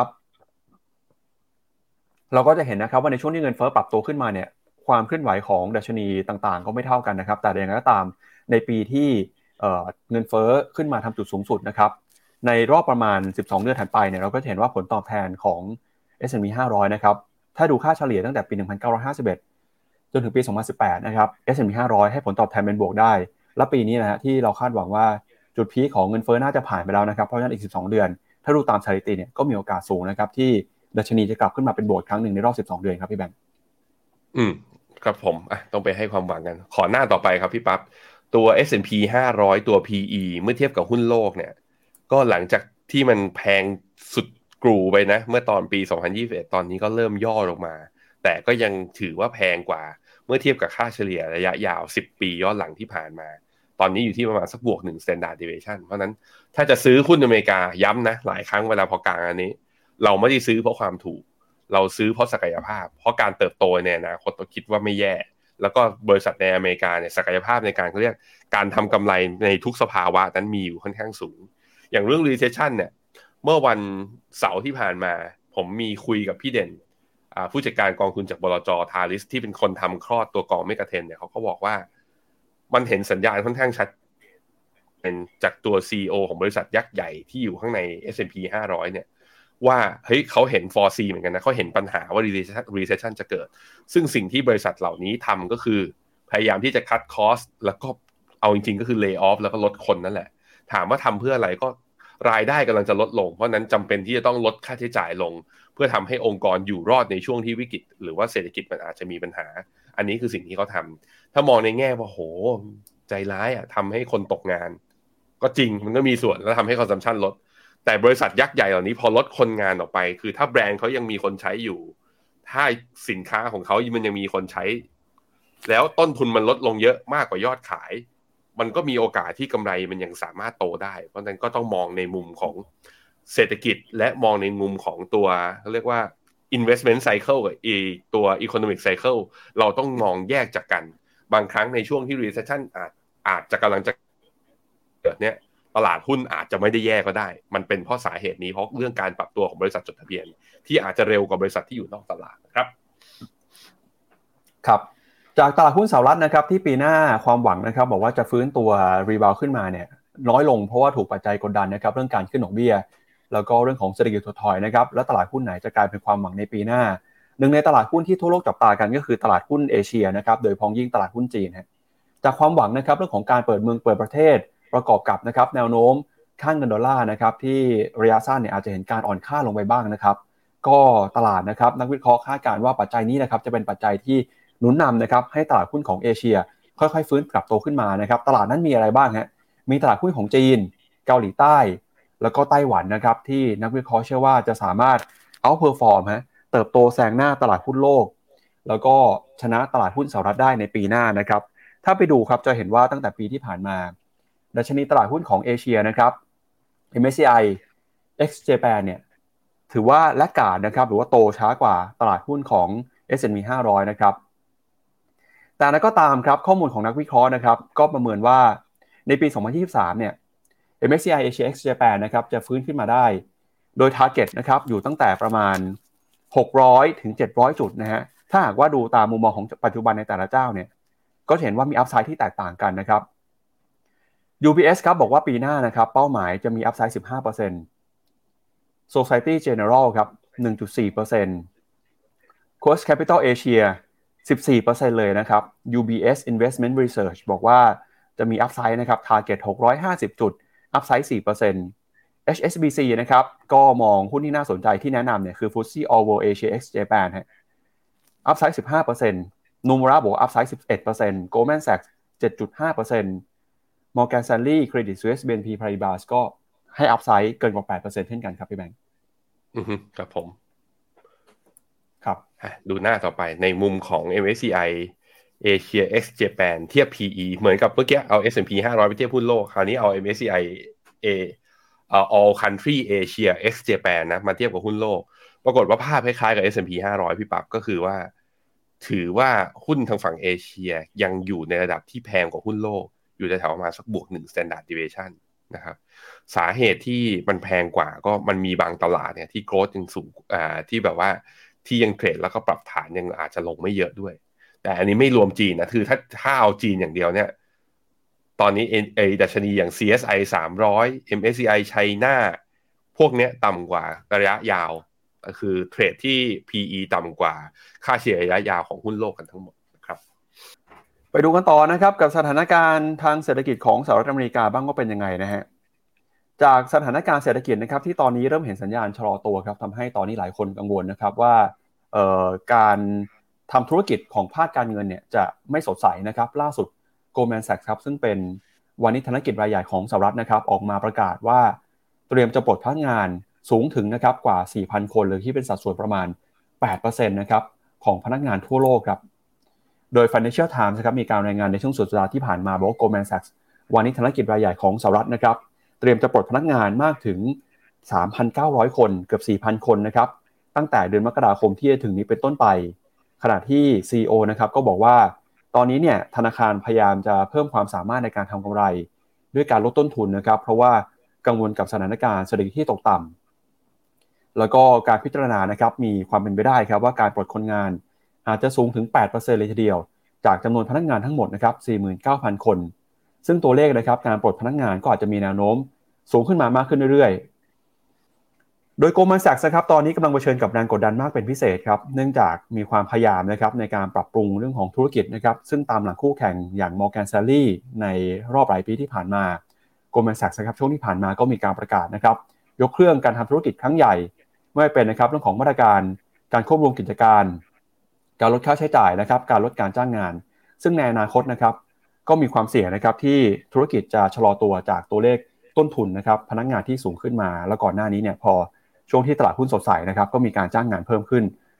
เราก็จะเห็นนะครับว่าในช่วงที่เงินเฟ้อปรับตัวขึ้นมาเนี่ยความเคลื่อนไหวของดัชนีต่างๆก็ไม่เท่ากันนะครับแต่อย่างไรก็ตามในปีที่เอ่อเงินเฟ้อขึ้นมาทำจุดสูงสุดนะครับในรอบประมาณสิบสองเดือนถัดไปเนี่ยเราก็จะเห็นว่าผลตอบแทนของ เอส แอนด์ พี ห้าร้อยนะครับถ้าดูค่าเฉลี่ยตั้งแต่ปีหนึ่งพันเก้าร้อยห้าสิบเอ็ดจนถึงปีสองพันสิบแปดนะครับ เอส แอนด์ พี ห้าร้อยให้ผลตอบแทนเป็นบวกได้และปีนี้นะฮะที่เราคาดหวังว่าจุดพีคของเงินเฟ้อน่าจะผ่านไปแล้วนะครับเพราะฉะนั้นอีกสิบสองเดือนถ้าดูตามสถิติเนี่ยก็มีโอกาสสูงนะครับที่ดัชนีจะกลับขึ้นมาเป็นบวกครั้งหนึ่งในรอบสิบสองเดือนครับพี่แบงค์อืมครับผมอ่ะต้องไปให้ความหวังกันขอหน้าต่อไปครับพี่ปั๊บตัว เอส แอนด์ พี ห้าร้อยตัว พี อี เมื่อเทียบกับหุ้นโลกเนี่ยก็หลังจากที่มันแพงสุดกรูไปนะเมื่อตอนปีสองพันยี่สิบเอ็ดตอนนี้ก็เริ่มย่อลงมาแต่ก็ยังถือว่าแพงกว่าเมื่อเทียบกับค่าเฉลี่ยระยะยาวสิบปีย้อนหลังที่ผ่านมาตอนนี้อยู่ที่ประมาณสักบวกหนึ่ง standard deviation เพราะนั้นถ้าจะซื้อหุ้นอเมริกาย้ำนะหลายครั้งเวลาพอกลางอันนี้เราไม่ได้ซื้อเพราะความถูกเราซื้อเพราะศักยภาพเพราะการเติบโตในอนาคตเราคิดว่าไม่แย่แล้วก็บริษัทในอเมริกาเนี่ยศักยภาพในการเขาเรียกการทำกำไรในทุกสภาวะนั้นมีอยู่ค่อนข้างสูงอย่างเรื่อง recession เนี่ยเมื่อวันเสาร์ที่ผ่านมาผมมีคุยกับพี่เด่นผู้จัดการกองทุนจากบลจ.ทาริสที่เป็นคนทำคลอดตัวกองเมกะเทรนเนี่ยเขาก็บอกว่ามันเห็นสัญญาณค่อนข้างชัดเป็นจากตัว ซี อี โอ ของบริษัทยักษ์ใหญ่ที่อยู่ข้างใน เอส แอนด์ พี ห้าร้อยเนี่ยว่าเฮ้ยเขาเห็น foresee เหมือนกันนะเขาเห็นปัญหาว่า recession recession จะเกิดซึ่งสิ่งที่บริษัทเหล่านี้ทำก็คือพยายามที่จะ cut cost แล้วก็เอาจริงๆก็คือ lay off แล้วก็ลดคนนั่นแหละถามว่าทำเพื่ออะไรก็รายได้กำลังจะลดลงเพราะนั้นจำเป็นที่จะต้องลดค่าใช้จ่ายลงเพื่อทำให้องค์กรอยู่รอดในช่วงที่วิกฤตหรือว่าเศรษฐกิจมันอาจจะมีปัญหาอันนี้คือสิ่งที่เขาทำถ้ามองในแง่ว่าโหใจร้ายอ่ะทำให้คนตกงานก็จริงมันก็มีส่วนแล้วทำให้ consumption ลดแต่บริษัทยักษ์ใหญ่เหล่านี้พอลดคนงานออกไปคือถ้าแบรนด์เขายังมีคนใช้อยู่ถ้าสินค้าของเขามันยังมีคนใช้แล้วต้นทุนมันลดลงเยอะมากกว่ายอดขายมันก็มีโอกาสที่กำไรมันยังสามารถโตได้เพราะฉะนั้นก็ต้องมองในมุมของเศรษฐกิจและมองในมุมของตัวเขาเรียกว่า investment cycle กับอีตัว economic cycle เราต้องมองแยกจากกันบางครั้งในช่วงที่ recession อาจอาจจะกำลังจะเกิดเนี่ยตลาดหุ้นอาจจะไม่ได้แย่ก็ได้มันเป็นเพราะสาเหตุนี้เพราะเรื่องการปรับตัวของบริษัทจดทะเบียนที่อาจจะเร็วกว่าบริษัทที่อยู่นอกตลาดครับครับจากตลาดหุ้นสหรัฐนะครับที่ปีหน้าความหวังนะครับบอกว่าจะฟื้นตัวรีบาวขึ้นมาเนี่ยน้อยลงเพราะว่าถูกปัจจัยกดดันนะครับเรื่องการขึ้นดอกเบี้ยแล้วก็เรื่องของเศรษฐกิจถดถอยนะครับและตลาดหุ้นไหนจะกลายเป็นความหวังในปีหน้าหนึ่งในตลาดหุ้นที่ทั่วโลกจับตากันก็คือตลาดหุ้นเอเชียนะครับโดยพ้องยิ่งตลาดหุ้นจีนฮะจากความหวังนะครับเรื่องของการเปิดเมืองเปิดประเทศประกอบกับนะครับแนวโน้มค่าเงินดอลลาร์นะครับที่ระยะสั้นเนี่ยอาจจะเห็นการอ่อนค่าลงไปบ้างนะครับก็ตลาดนะครับนักวิเคราะห์คาดการณ์ว่าปัจจัยนี้นะครับจะเป็นปัจจัยที่หนุนนำนะครับให้ตลาดหุ้นของเอเชียค่อยๆฟื้นกลับโตขึ้นมานะครับตลาดนั้นมีอะไรบ้างฮะมีตลาดหุ้นของจีนเกาหลีใต้แล้วก็ไต้หวันนะครับที่นักวิเคราะห์เชื่อว่าจะสามารถเอาท์เพอร์ฟอร์มฮะเติบโตแซงหน้าตลาดหุ้นโลกแล้วก็ชนะตลาดหุ้นสหรัฐได้ในปีหน้านะครับถ้าไปดูครับจะเห็นว่าตั้งแต่ปีที่ผ่านมาดัชนีตลาดหุ้นของเอเชียนะครับ เอ็ม เอส ซี ไอ X Japan เนี่ยถือว่าแลกขาดนะครับหรือว่าโตช้ากว่าตลาดหุ้นของ เอส แอนด์ พี ห้าร้อยนะครับแต่นั้นก็ตามครับข้อมูลของนักวิเคราะห์นะครับก็ประเมินว่าในปีสองพันยี่สิบสามเนี่ย เอ็ม เอส ซี ไอ Asia X Japan นะครับจะฟื้นขึ้นมาได้โดย target นะครับอยู่ตั้งแต่ประมาณหกร้อยถึงเจ็ดร้อยจุดนะฮะถ้าหากว่าดูตามมุมมองของปัจจุบันในแต่ละเจ้าเนี่ยก็เห็นว่ามีอัพไซด์ที่แตกต่างกันนะครับ ยู บี เอส ครับบอกว่าปีหน้านะครับเป้าหมายจะมีอัพไซด์ สิบห้าเปอร์เซ็นต์ Society General ครับ หนึ่งจุดสี่เปอร์เซ็นต์ Quest Capital Asia สิบสี่เปอร์เซ็นต์ เลยนะครับ ยู บี เอส Investment Research บอกว่าจะมีอัพไซด์นะครับ target หกร้อยห้าสิบจุดอัพไซด์ สี่เปอร์เซ็นต์ เอช เอส บี ซี นะครับก็มองหุ้นที่น่าสนใจที่แนะนำเนี่ยคือ เอฟ ที เอส ซี All World Asia X Japan ฮะอัพไซด์ สิบห้าเปอร์เซ็นต์ Nomura บอกอัพไซด์ สิบเอ็ดเปอร์เซ็นต์ Goldman Sachs เจ็ดจุดห้าเปอร์เซ็นต์ Morgan Stanley Credit Suisse บี เอ็น พี Paribas ก็ให้อัพไซด์เกินกว่า แปดเปอร์เซ็นต์ เช่นกันครับพี่แบงค์อือฮึครับผมครับดูหน้าต่อไปในมุมของ เอ็ม เอส ซี ไอ Asia X Japan เทียบ พี อี เหมือนกับเมื่อกี้เอา เอส แอนด์ พี ห้าร้อยไปเทียบหุ้นโลกคราวนี้เอา เอ็ม เอส ซี ไอ A All Country Asia X Japan นะมาเทียบกับหุ้นโลกปรากฏว่าภาพคล้ายๆกับ เอส แอนด์ พี ห้าร้อยพี่ปั๊บก็คือว่าถือว่าหุ้นทางฝั่งเอเชียยังอยู่ในระดับที่แพงกว่าหุ้นโลกอยู่แถวๆประมาณสักบวกหนึ่ง standard deviation นะครับสาเหตุที่มันแพงกว่าก็มันมีบางตลาดเนี่ยที่โกรธยังสูงอ่าที่แบบว่าที่ยังเทรดแล้วก็ปรับฐานยังอาจจะลงไม่เยอะด้วยแต่อันนี้ไม่รวมจีนนะคือถ้าถ้าเอาจีนอย่างเดียวเนี่ยตอนนี้ไอ้ดัชนีอย่าง ซี เอส ไอ สามร้อย เอ็ม เอส ซี ไอ China พวกเนี้ยต่ำกว่าระยะยาวก็คือเทรดที่ พี อี ต่ำกว่าค่าเฉลี่ยระยะยาวของหุ้นโลกกันทั้งหมดนะครับไปดูกันต่อนะครับกับสถานการณ์ทางเศรษฐกิจของสหรัฐอเมริกาบ้างว่าเป็นยังไงนะฮะจากสถานการณ์เศรษฐกิจนะครับที่ตอนนี้เริ่มเห็นสัญญาณชะลอตัวครับทำให้ตอนนี้หลายคนกังวลนะครับว่าเอ่อการทำธุรกิจของภาคการเงินเนี่ยจะไม่สดใสนะครับล่าสุด Goldman Sachs ครับซึ่งเป็นวานิชธนกิจรายใหญ่ของสหรัฐนะครับออกมาประกาศว่าเตรียมจะปลดพนักงานสูงถึงนะครับกว่า สี่พัน คนเลยที่เป็นสัดส่วนประมาณ แปดเปอร์เซ็นต์ นะครับของพนักงานทั่วโลกครับโดย Financial Times นะครับมีการรายงานในช่วงสุดสัปดาห์ที่ผ่านมาบอกว่า Goldman Sachs วานิชธนกิจรายใหญ่ของสหรัฐนะครับเตรียมจะปลดพนักงานมากถึง สามพันเก้าร้อย คนเกือบ สี่พัน คนนะครับตั้งแต่เดือนมกราคมที่จะถึงนี้เป็นต้นไปขณะที่ ซี อี โอ นะครับก็บอกว่าตอนนี้เนี่ยธนาคารพยายามจะเพิ่มความสามารถในการทำกำไรด้วยการลดต้นทุนนะครับเพราะว่ากังวลกับสถานการณ์เศรษฐกิจที่ตกต่ำแล้วก็การพิจารณานะครับมีความเป็นไปได้ครับว่าการปลดคนงานอาจจะสูงถึง แปดเปอร์เซ็นต์ เลยทีเดียวจากจำนวนพนักงานทั้งหมดนะครับ สี่หมื่นเก้าพัน คนซึ่งตัวเลขนะครับการปลดพนักงานก็อาจจะมีแนวโน้มสูงขึ้นมามากขึ้นเรื่อยๆโดย Goldman Sachs นะครับตอนนี้กำลังเผชิญกับแรงกดดันมากเป็นพิเศษครับเนื่องจากมีความพยายามนะครับในการปรับปรุงเรื่องของธุรกิจนะครับซึ่งตามหลังคู่แข่งอย่าง Morgan Stanley ในรอบหลายปีที่ผ่านมา Goldman Sachs นะครับช่วงที่ผ่านมาก็มีการประกาศนะครับยกเครื่องการทำธุรกิจครั้งใหญ่ไม่ว่าเป็นนะครับเรื่องของมาตรการการควบรวมกิจการการลดค่าใช้จ่ายนะครับการลดการจ้างงานซึ่งในอนาคตนะครับก็มีความเสี่ยงนะครับที่ธุรกิจจะชะลอตัวจากตัวเลขต้นทุนนะครับพนักงานที่สูงขึ้นมาแล้วก่อนหน้านี้เนี่ยพอช่วงที่ตลาดหุ้นสดใสนะครับก็มีการจ้างงานเพิ่มขึ้น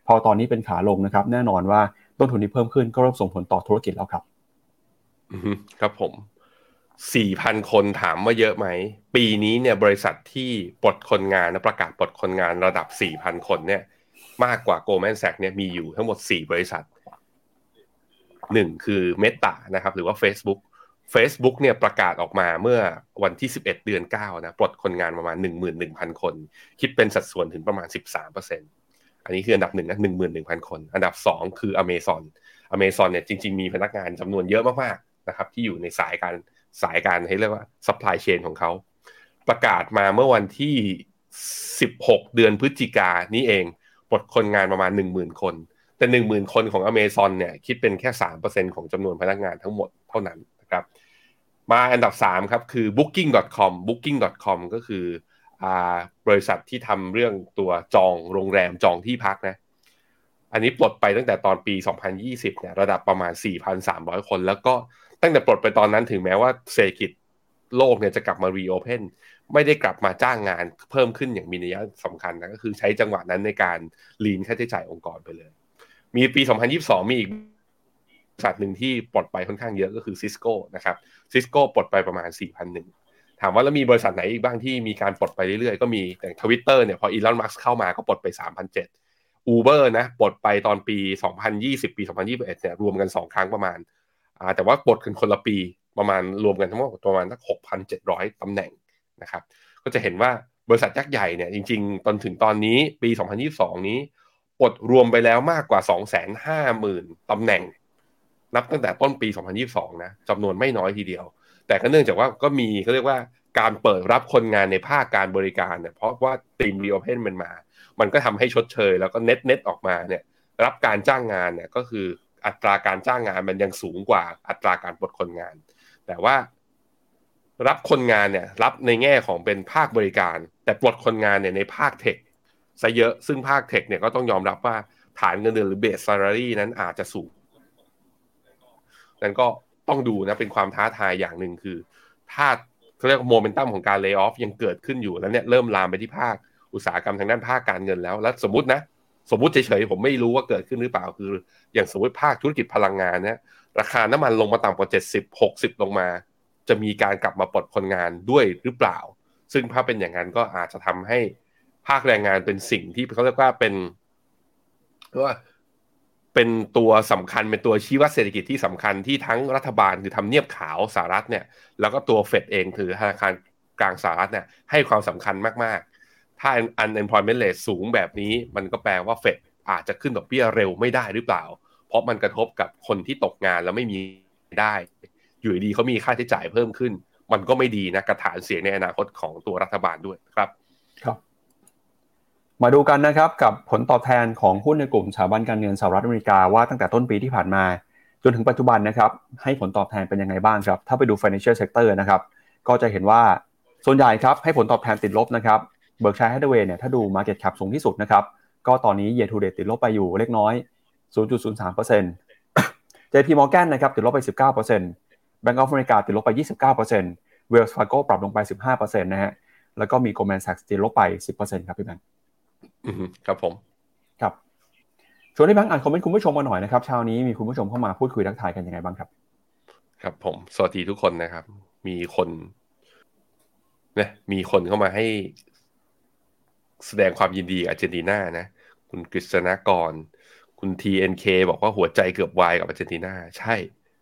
พอตอนนี้เป็นขาลงนะครับแน่นอนว่าต้นทุนที่เพิ่มขึ้นก็เริ่มส่งผลต่อธุรกิจแล้วครับอือครับผม สี่พัน คนถามว่าเยอะไหมปีนี้เนี่ยบริษัทที่ปลดคนงานนะประกาศปลดคนงานระดับ สี่พัน คนเนี่ยมากกว่า Goldman Sachs เนี่ยมีอยู่ทั้งหมดสี่บริษัทหนึ่งคือ Meta นะครับหรือว่า Facebook Facebook เนี่ยประกาศออกมาเมื่อวันที่สิบเอ็ดเดือนเก้านะปลดคนงานประมาณ หนึ่งหมื่นหนึ่งพัน คนคิดเป็นสัดส่วนถึงประมาณ สิบสามเปอร์เซ็นต์ อันนี้คืออันดับหนึ่งนะ หนึ่งหมื่นหนึ่งพัน คนอันดับสองคือ Amazon Amazon เนี่ยจริงๆมีพนักงานจำนวนเยอะมากๆนะครับที่อยู่ในสายการสายการให้เรียกว่า supply chain ของเขาประกาศมาเมื่อวันที่สิบหกเดือนพฤศจิกายนนี้เองปลดคนงานประมาณ หนึ่งหมื่น คนแต่ หนึ่งหมื่น คนของ Amazon เนี่ยคิดเป็นแค่ สามเปอร์เซ็นต์ ของจำนวนพนักงานทั้งหมดเท่านั้นนะครับมาอันดับสามครับคือ บุ๊กกิ้ง ดอท คอม บุ๊กกิ้ง ดอท คอม ก็คืออ่าบริษัทที่ทำเรื่องตัวจองโรงแรมจองที่พักนะอันนี้ปลดไปตั้งแต่ตอนปีสองพันยี่สิบเนี่ยระดับประมาณ สี่พันสามร้อย คนแล้วก็ตั้งแต่ปลดไปตอนนั้นถึงแม้ว่าเศรษฐกิจโลกเนี่ยจะกลับมารีโอเพนไม่ได้กลับมาจ้างงานเพิ่มขึ้นอย่างมีนัยสำคัญนะก็คือใช้จังหวะนั้นในการลีนค่าใช้จ่ายองค์กรไปเลยมีปีสองพันยี่สิบสองมีอีกบริษัทหนึ่งที่ปลดไปค่อนข้างเยอะก็คือ Cisco นะครับ Cisco ปลดไปประมาณ สี่พันหนึ่ง ถามว่าแล้วมีบริษัทไหนอีกบ้างที่มีการปลดไปเรื่อยๆก็มีแต่ Twitter เนี่ยพออีลอน มัสก์เข้ามาก็ปลดไป สามพันเจ็ดร้อย Uber นะปลดไปตอนปีสองพันยี่สิบปีสองพันยี่สิบเอ็ดเนี่ยรวมกันสองครั้งประมาณอ่าแต่ว่าปลดกันคนละปีประมาณรวมกันทั้งหมดประมาณสัก หกพันเจ็ดร้อย ตำแหน่งนะครับก็จะเห็นว่าบริษัทยักษ์ใหญ่เนี่ยจริงๆตอนถึงตอนนี้ปีสองพันยี่สิบสองนี้ปลดรวมไปแล้วมากกว่า สองแสนห้าหมื่น ตำแหน่งนับตั้งแต่ต้นปีสองพันยี่สิบสองนะจำนวนไม่น้อยทีเดียวแต่ก็เนื่องจากว่าก็มีเขาเรียกว่าการเปิดรับคนงานในภาคการบริการเนี่ยเพราะว่าทีม Reopen มันมามันก็ทำให้ชดเชยแล้วก็เน็ตเน็ตออกมาเนี่ยรับการจ้างงานเนี่ยก็คืออัตราการจ้างงานมันยังสูงกว่าอัตราการปลดคนงานแต่ว่ารับคนงานเนี่ยรับในแง่ของเป็นภาคบริการแต่ปลดคนงานเนี่ยในภาคเทคซะเยอะซึ่งภาคเทคเนี่ยก็ต้องยอมรับว่าฐานเงินเดือนหรือเบสซาลารีนั้นอาจจะสูงนั้นก็ต้องดูนะเป็นความท้าทายอย่างหนึ่งคือถ้าเขาเรียกโมเมนตัมของการเลย์ออฟยังเกิดขึ้นอยู่แล้วเนี่ยเริ่มลามไปที่ภาคอุตสาหกรรมทางด้านภาคการเงินแล้วแล้วสมมุตินะสมมุติเฉยๆผมไม่รู้ว่าเกิดขึ้นหรือเปล่าคืออย่างสมมติภาคธุรกิจพลังงานเนี่ยราคาน้ำมันลงมาต่ำกว่าเจ็ดสิบ หกสิบลงมาจะมีการกลับมาปลดคนงานด้วยหรือเปล่าซึ่งถ้าเป็นอย่างนั้นก็อาจจะทำให้ภาคแรงงานเป็นสิ่งที่เขาเรียกว่าเป็นว่าเป็นตัวสำคัญเป็นตัวชี้วัดเศรษฐกิจที่สำคัญที่ทั้งรัฐบาลคือทำเนียบขาวสหรัฐเนี่ยแล้วก็ตัวเฟดเองถือธนาคารกลางสหรัฐเนี่ยให้ความสำคัญมากๆถ้า unemployment rate สูงแบบนี้มันก็แปลว่าเฟดอาจจะขึ้นดอกเบี้ยเร็วไม่ได้หรือเปล่าเพราะมันกระทบกับคนที่ตกงานแล้วไม่มีได้อยู่ดีเขามีค่าใช้จ่ายเพิ่มขึ้นมันก็ไม่ดีนะกระฐานเสียงในอนาคตของตัวรัฐบาลด้วยครับครับมาดูกันนะครับกับผลตอบแทนของหุ้นในกลุ่มสถาบันการเงินสหรัฐอเมริกาว่าตั้งแต่ต้นปีที่ผ่านมาจนถึงปัจจุบันนะครับให้ผลตอบแทนเป็นยังไงบ้างครับถ้าไปดู financial sector นะครับก็จะเห็นว่าส่วนใหญ่ครับให้ผลตอบแทนติดลบนะครับ Berkshire Hathaway เนี่ยถ้าดู market cap สูงที่สุดนะครับก็ตอนนี้ year to date ติดลบไปอยู่เล็กน้อย ศูนย์จุดศูนย์สามเปอร์เซ็นต์ เจ พี Morgan นะครับติดลบไป สิบเก้าเปอร์เซ็นต์ Bank of America ติดลบไป ยี่สิบเก้าเปอร์เซ็นต์ Wells Fargo ปรับลงไป สิบห้าเปอร์เซ็นต์ นะฮะแล้วก็มี Goldman Sachs ติดลบไป สิบเปอร์เซ็นต์ ครับพี่แบงค์อืมครับผมครับชวนให้แบงค์อ่านคอมเมนต์คุณผู้ชมมาหน่อยนะครับเช้านี้มีคุณผู้ชมเข้ามาพูดคุยทักทายกันยังไงบ้างครับครับผมสวัสดีทุกคนนะครับมีคนเนี่ยมีคนเข้ามาให้แสดงความยินดีกับอาร์เจนตินานะคุณกฤษณากรคุณ ที เอ็น เค บอกว่าหัวใจเกือบวายกับอาร์เจนตินาใช่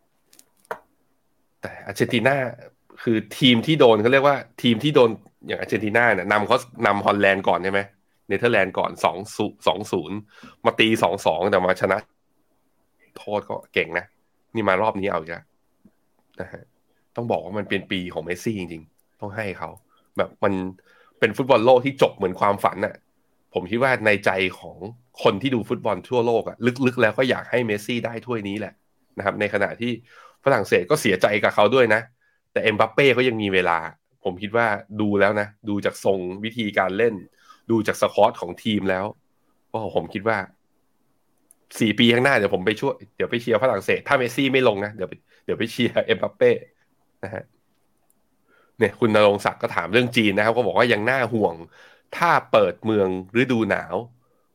แต่อาร์เจนตินาคือทีมที่โดนเขาเรียกว่าทีมที่โดนอย่างอาร์เจนตินาเนี่ยนำเขานำฮอลแลนด์ก่อนใช่ไหมเนเธอร์แลนด์ก่อนสองศูนย์มาตี สองสอง แต่มาชนะโทษก็เก่งนะนี่มารอบนี้เอาอีกแล้วนะฮะต้องบอกว่ามันเป็นปีของเมสซี่จริงๆต้องให้เขาแบบมันเป็นฟุตบอลโลกที่จบเหมือนความฝันน่ะผมคิดว่าในใจของคนที่ดูฟุตบอลทั่วโลกอ่ะลึกๆแล้วก็อยากให้เมสซี่ได้ถ้วยนี้แหละนะครับในขณะที่ฝรั่งเศสก็เสียใจกับเขาด้วยนะแต่เอ็มบัปเป้เขายังมีเวลาผมคิดว่าดูแล้วนะดูจากทรงวิธีการเล่นดูจากสควอตของทีมแล้วก็ผมคิดว่าสี่ปีข้างหน้าเดี๋ยวผมไปช่วยเดี๋ยวไปเชียร์ฝรั่งเศสถ้าเมสซี่ไม่ลงนะเดี๋ยวเดี๋ยวไปเชียร์เอ็มบัปเป้นะฮะเนี่ยคุณณรงค์ศักดิ์ก็ถามเรื่องจีนนะครับก็บอกว่ายังน่าห่วงถ้าเปิดเมืองฤดูหนาว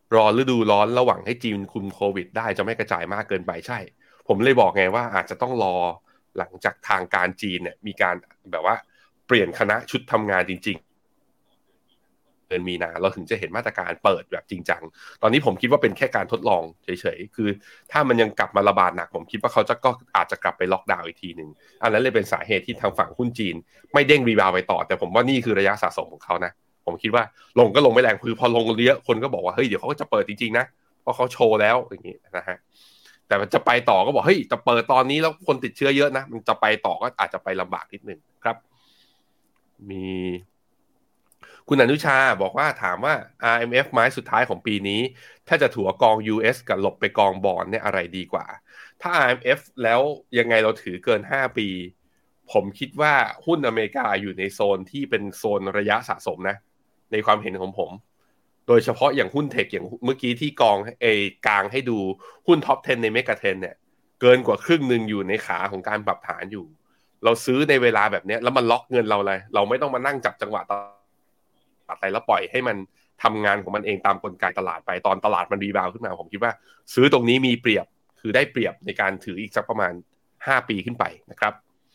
รอฤดูร้อนระหว่างให้จีนคุมโควิดได้จะไม่กระจายมากเกินไปใช่ผมเลยบอกไงว่าอาจจะต้องรอหลังจากทางการจีนเนี่ยมีการแบบว่าเปลี่ยนคณะชุดทำงานจริงๆเดือนมีนาเราถึงจะเห็นมาตรการเปิดแบบจริงจังตอนนี้ผมคิดว่าเป็นแค่การทดลองเฉยๆคือถ้ามันยังกลับมาระบาดหนักผมคิดว่าเขาจะก็อาจจะกลับไปล็อกดาวน์อีกทีนึงอันนั้นเลยเป็นสาเหตุที่ทางฝั่งหุ้นจีนไม่เด้งรีบาวไปต่อแต่ผมว่านี่คือระยะสะสมของเขานะผมคิดว่าลงก็ลงไม่แรงคือพอลงเยอะคนก็บอกว่าเฮ้ยเดี๋ยวเขาก็จะเปิดจริงๆนะเพราะเขาโชว์แล้วอย่างนี้นะฮะแต่มันจะไปต่อก็บอกเฮ้ยจะเปิดตอนนี้แล้วคนติดเชื้อเยอะนะมันจะไปต่อก็อาจจะไปลำบากนิดนึงครับมีคุณอนุชาบอกว่าถามว่า อาร์ เอ็ม เอฟ ไม้สุดท้ายของปีนี้ถ้าจะถัวกอง ยู เอส กับหลบไปกองบอนด์เนี่ยอะไรดีกว่าถ้า อาร์ เอ็ม เอฟ แล้วยังไงเราถือเกินห้าปีผมคิดว่าหุ้นอเมริกาอยู่ในโซนที่เป็นโซนระยะสะสมนะในความเห็นของผมโดยเฉพาะอย่างหุ้นเทคอย่างเมื่อกี้ที่กองเอกลางให้ดูหุ้นท็อปสิบในเมกะเทรนด์เนี่ยเกินกว่าครึ่งนึงอยู่ในขาของการปรับฐานอยู่เราซื้อในเวลาแบบนี้แล้วมันล็อกเงินเราเลยเราไม่ต้องมานั่งจับจังหวะตลาดไปแล้วปล่อยให้มันทำงานของมันเองตามกลไกตลาดไปตอนตลาดมันรีบาวขึ้นมาผมคิดว่าซื้อตรงนี้มีเปรียบคือได้เปรียบในการถืออีกสักประมาณห้าปีขึ้นไปนะครับ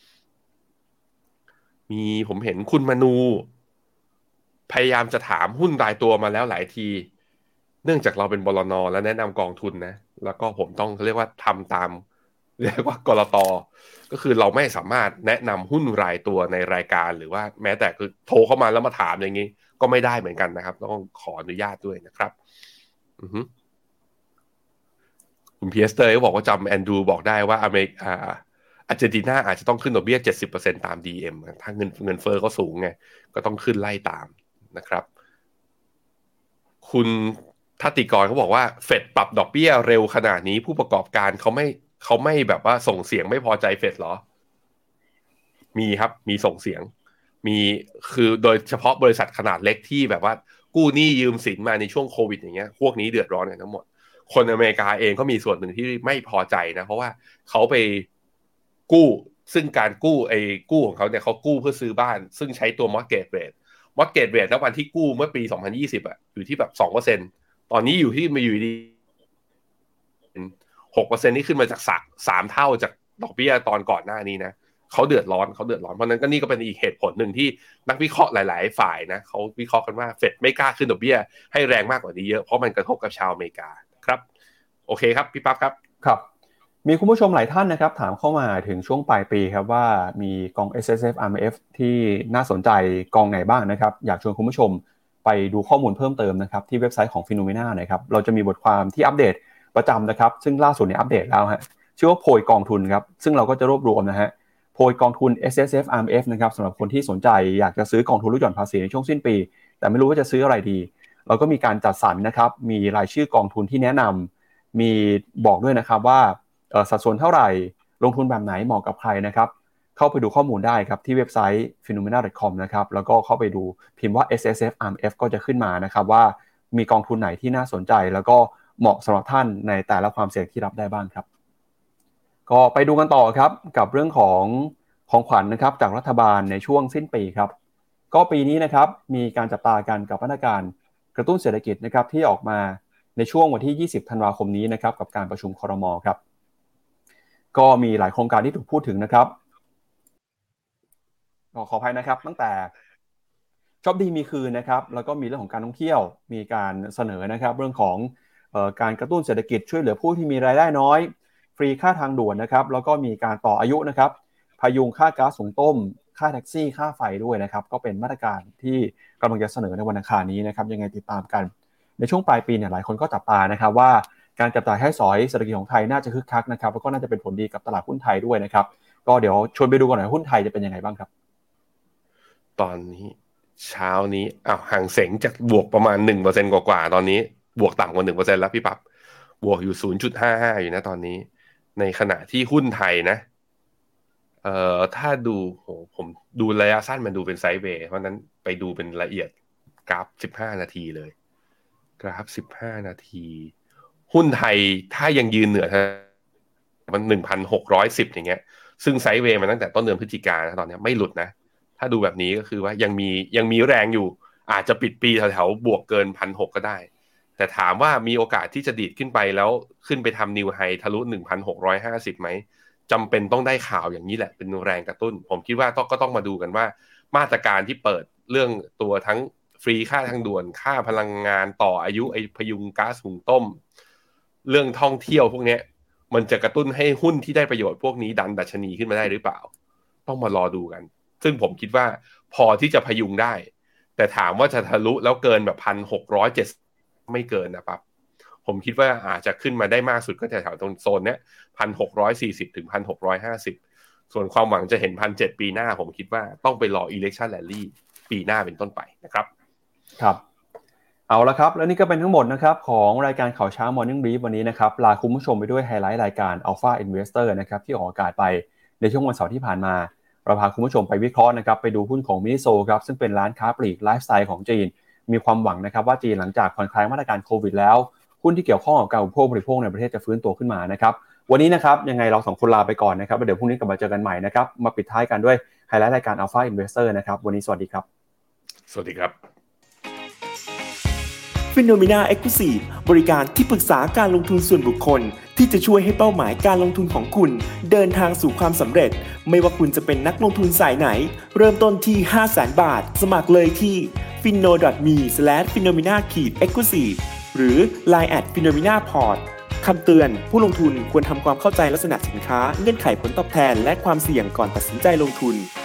มีผมเห็นคุณมนูพยายามจะถามหุ้นรายตัวมาแล้วหลายทีเนื่องจากเราเป็นบลน.และแนะนำกองทุนนะแล้วก็ผมต้องเรียกว่าทำตามเรียกว่ากลต.ก็คือเราไม่สามารถแนะนำหุ้นรายตัวในรายการหรือว่าแม้แต่คือโทรเข้ามาแล้วมาถามอย่างนี้ก็ไม่ได้เหมือนกันนะครับต้องขออนุญาตด้วยนะครับอือฮึคุณพีเอสเตอร์ก็บอกว่าจำแอนดรูบอกได้ว่าอเมริกาอาร์เจนตินาอาจจะต้องขึ้นดอกเบี้ย เจ็ดสิบเปอร์เซ็นต์ ตาม ดี เอ็ม ถ้าเงินเงินเฟ้อเขาสูงไงก็ต้องขึ้นไล่ตามนะครับคุณทัติกรเขาบอกว่าเฟดปรับดอกเบี้ยเร็วขนาดนี้ผู้ประกอบการเขาไม่เขาไม่แบบว่าส่งเสียงไม่พอใจเฟดหรอมีครับมีส่งเสียงมีคือโดยเฉพาะบริษัทขนาดเล็กที่แบบว่ากู้หนี้ยืมสินมาในช่วงโควิดอย่างเงี้ยพวกนี้เดือดร้อนกันทั้งหมดคนอเมริกาเองก็มีส่วนหนึ่งที่ไม่พอใจนะเพราะว่าเขาไปกู้ซึ่งการกู้ไอ้กู้ของเขาเนี่ยเขากู้เพื่อซื้อบ้านซึ่งใช้ตัว mortgage rate mortgage rate ณวันที่กู้เมื่อปีสองพันยี่สิบอ่ะอยู่ที่แบบ สองเปอร์เซ็นต์ ตอนนี้อยู่ที่มาอยู่ดี หกเปอร์เซ็นต์ นี่ขึ้นมาจากสามเท่าจากดอกเบี้ยตอนก่อนหน้านี้นะเขาเดือดร้อนเขาเดือดร้อนเพราะนั้นก็นี่ก็เป็นอีกเหตุผลหนึ่งที่นักวิเคราะห์หลายๆฝ่ายนะเขาวิเคราะห์กันว่าเฟดไม่กล้าขึ้นดอกเบี้ยให้แรงมากกว่านี้เยอะเพราะมันกระทบกับชาวอเมริกาครับโอเคครับพี่ปั๊บครับครับมีคุณผู้ชมหลายท่านนะครับถามเข้ามาถึงช่วงปลายปีครับว่ามีกอง เอส เอส เอฟ อาร์ เอ็ม เอฟ ที่น่าสนใจกองไหนบ้างนะครับอยากชวนคุณผู้ชมไปดูข้อมูลเพิ่มเติมนะครับที่เว็บไซต์ของ Phenomena นะครับเราจะมีบทความที่อัปเดตประจำนะครับซึ่งล่าสุดเนี่ยอัปเดตแล้วฮะชื่อว่าโพยกองทุนครับซึ่งเราก็จะรวบรวมนะฮะโพยกองทุน เอส เอส เอฟ อาร์ เอ็ม เอฟ นะครับสำหรับคนที่สนใจอยากจะซื้อกองทุนลดหย่อนภาษีในช่วงสิ้นปีแต่ไม่รู้ว่าจะซื้ออะไรดีเราก็มีการจัดสรรนะครับมีรายชื่อกองทุนที่แนะนำมีบอกด้วยนะครับว่าสัดส่วนเท่าไหร่ลงทุนแบบไหนเหมาะกับใครนะครับเข้าไปดูข้อมูลได้ครับที่เว็บไซต์ ฟีโนเมนา ดอท คอม นะครับแล้วก็เข้าไปดูพิมพ์ว่า เอส เอส เอฟ อาร์ เอ็ม เอฟ ก็จะขึ้นมานะครับว่ามีกองทุนไหนที่น่าสนใจแล้วก็เหมาะสำหรับท่านในแต่ละความเสี่ยงที่รับได้บ้างครับก็ไปดูกันต่อครับกับเรื่องของของขวัญ นะครับจากรัฐบาลในช่วงสิ้นปีครับก็ปีนี้นะครับมีการจับตากันกับมาตรการกระตุ้นเศรษฐกิจนะครับที่ออกมาในช่วงวันที่ยี่สิบธันวาคมนี้นะครับกับการประชุมครม.ครับก็มีหลายโครงการที่ถูกพูดถึงนะครับขอขออภัยนะครับตั้งแต่ชอบดีมีคืนนะครับแล้วก็มีเรื่องของการท่องเที่ยวมีการเสนอนะครับเรื่องของเอ่อการกระตุ้นเศรษฐกิจช่วยเหลือผู้ที่มีรายได้น้อยฟรีค่าทางด่วนนะครับแล้วก็มีการต่ออายุนะครับพยุงค่าก๊าซหุงต้มค่าแท็กซี่ค่าไฟด้วยนะครับก็เป็นมาตรการที่กำลังจะเสนอในวันอังคารนี้นะครับยังไงติดตามกันในช่วงปลายปีเนี่ยหลายคนก็จับตานะครับว่าการจับจ่ายให้สอยเศรษฐกิจของไทยน่าจะคึกคักนะครับแล้วก็น่าจะเป็นผลดีกับตลาดหุ้นไทยด้วยนะครับก็เดี๋ยวชวนไปดูกันหน่อยหุ้นไทยจะเป็นยังไงบ้างครับตอนนี้เช้านี้อ้าวห่างเส็งจากบวกประมาณ หนึ่งเปอร์เซ็นต์ กว่าๆตอนนี้บวกต่ำกว่า หนึ่งเปอร์เซ็นต์ แล้วพี่ปั๊บบวกอยู่ ศูนย์จุดห้าห้า อยู่นะตอนนี้ในขณะที่หุ้นไทยนะเอ่อถ้าดูโหผมดูระยะสั้นมันดูเป็นไซด์เวย์เพราะนั้นไปดูเป็นละเอียดกราฟสิบห้านาทีเลยกราฟสิบห้านาทีหุ้นไทยถ้ายังยืนเหนือมัน หนึ่งพันหกร้อยสิบ อย่างเงี้ยซึ่งไซด์เวย์มันตั้งแต่ต้นเดือนพฤศจิกายนนะตอนนี้ไม่หลุดนะถ้าดูแบบนี้ก็คือว่ายังมียังมีแรงอยู่อาจจะปิดปีแถวๆบวกเกิน หนึ่งพันหกร้อย ก็ได้แต่ถามว่ามีโอกาสที่จะดีดขึ้นไปแล้วขึ้นไปทำนิวไฮทะลุ หนึ่งพันหกร้อยห้าสิบ ไหมจำเป็นต้องได้ข่าวอย่างนี้แหละเป็นแรงกระตุ้นผมคิดว่าต้องก็ต้องมาดูกันว่ามาตรการที่เปิดเรื่องตัวทั้งฟรีค่าทางด่วนค่าพลังงานต่ออายุไอพยุงก๊าซหุงต้มเรื่องท่องเที่ยวพวกนี้มันจะกระตุ้นให้หุ้นที่ได้ประโยชน์พวกนี้ดันดัชนีขึ้นมาได้หรือเปล่าต้องมารอดูกันซึ่งผมคิดว่าพอที่จะพยุงได้แต่ถามว่าจะทะลุแล้วเกินแบบ หนึ่งพันหกร้อยเจ็ดสิบ ไม่เกินนะครับผมคิดว่าอาจจะขึ้นมาได้มากสุดก็แถวๆตรงโซนเนี้ย หนึ่งพันหกร้อยสี่สิบ ถึง หนึ่งพันหกร้อยห้าสิบ ส่วนความหวังจะเห็น หนึ่งพันเจ็ดร้อย ปีหน้าผมคิดว่าต้องไปรอ election rally ปีหน้าเป็นต้นไปนะครับครับเอาละครับแล้วนี่ก็เป็นทั้งหมดนะครับของรายการข่าวเช้า Morning Brief วันนี้นะครับลาคุณผู้ชมไปด้วยไฮไลท์รายการ Alpha Investor นะครับที่ออกอากาศไปในช่วงวันเสาร์ที่ผ่านมาเราพาคุณผู้ชมไปวิเคราะห์นะครับไปดูหุ้นของ Miniso ครับซึ่งเป็นร้านค้าปลีกไลฟ์สไตล์ของจีนมีความหวังนะครับว่าจีนหลังจากผ่อนคลายมาตรการโควิดแล้วหุ้นที่เกี่ยวข้องกับการอุปโภคบริโภคในประเทศจะฟื้นตัวขึ้นมานะครับวันนี้นะครับยังไงเราสองคนลาไปก่อนนะครับเดี๋ยวพรุ่งนี้กลับมาเจอกันใหม่นะครับมาปิดท้ายกันด้วยไฮไลท์รายการ Alpha Investor นะครับวันนี้สวัสดีครับสวัสดีครับ Phenomena Exclusive บริการที่ปรึกษาการลงทุนส่วนบุคคลที่จะช่วยให้เป้าหมายการลงทุนของคุณเดินทางสู่ความสำเร็จไม่ว่าคุณจะเป็นนักลงทุนสายไหนเริ่มต้นที่ ห้าแสน บาทสมัครเลยที่ ฟินโน ดอท มี สแลช ฟีโนเมนา เอ็กซ์คลูซีฟ หรือ ไลน์ แอท ฟีโนเมนา พอร์ต คำเตือนผู้ลงทุนควรทำความเข้าใจลักษณะสินค้าเงื่อนไขผลตอบแทนและความเสี่ยงก่อนตัดสินใจลงทุน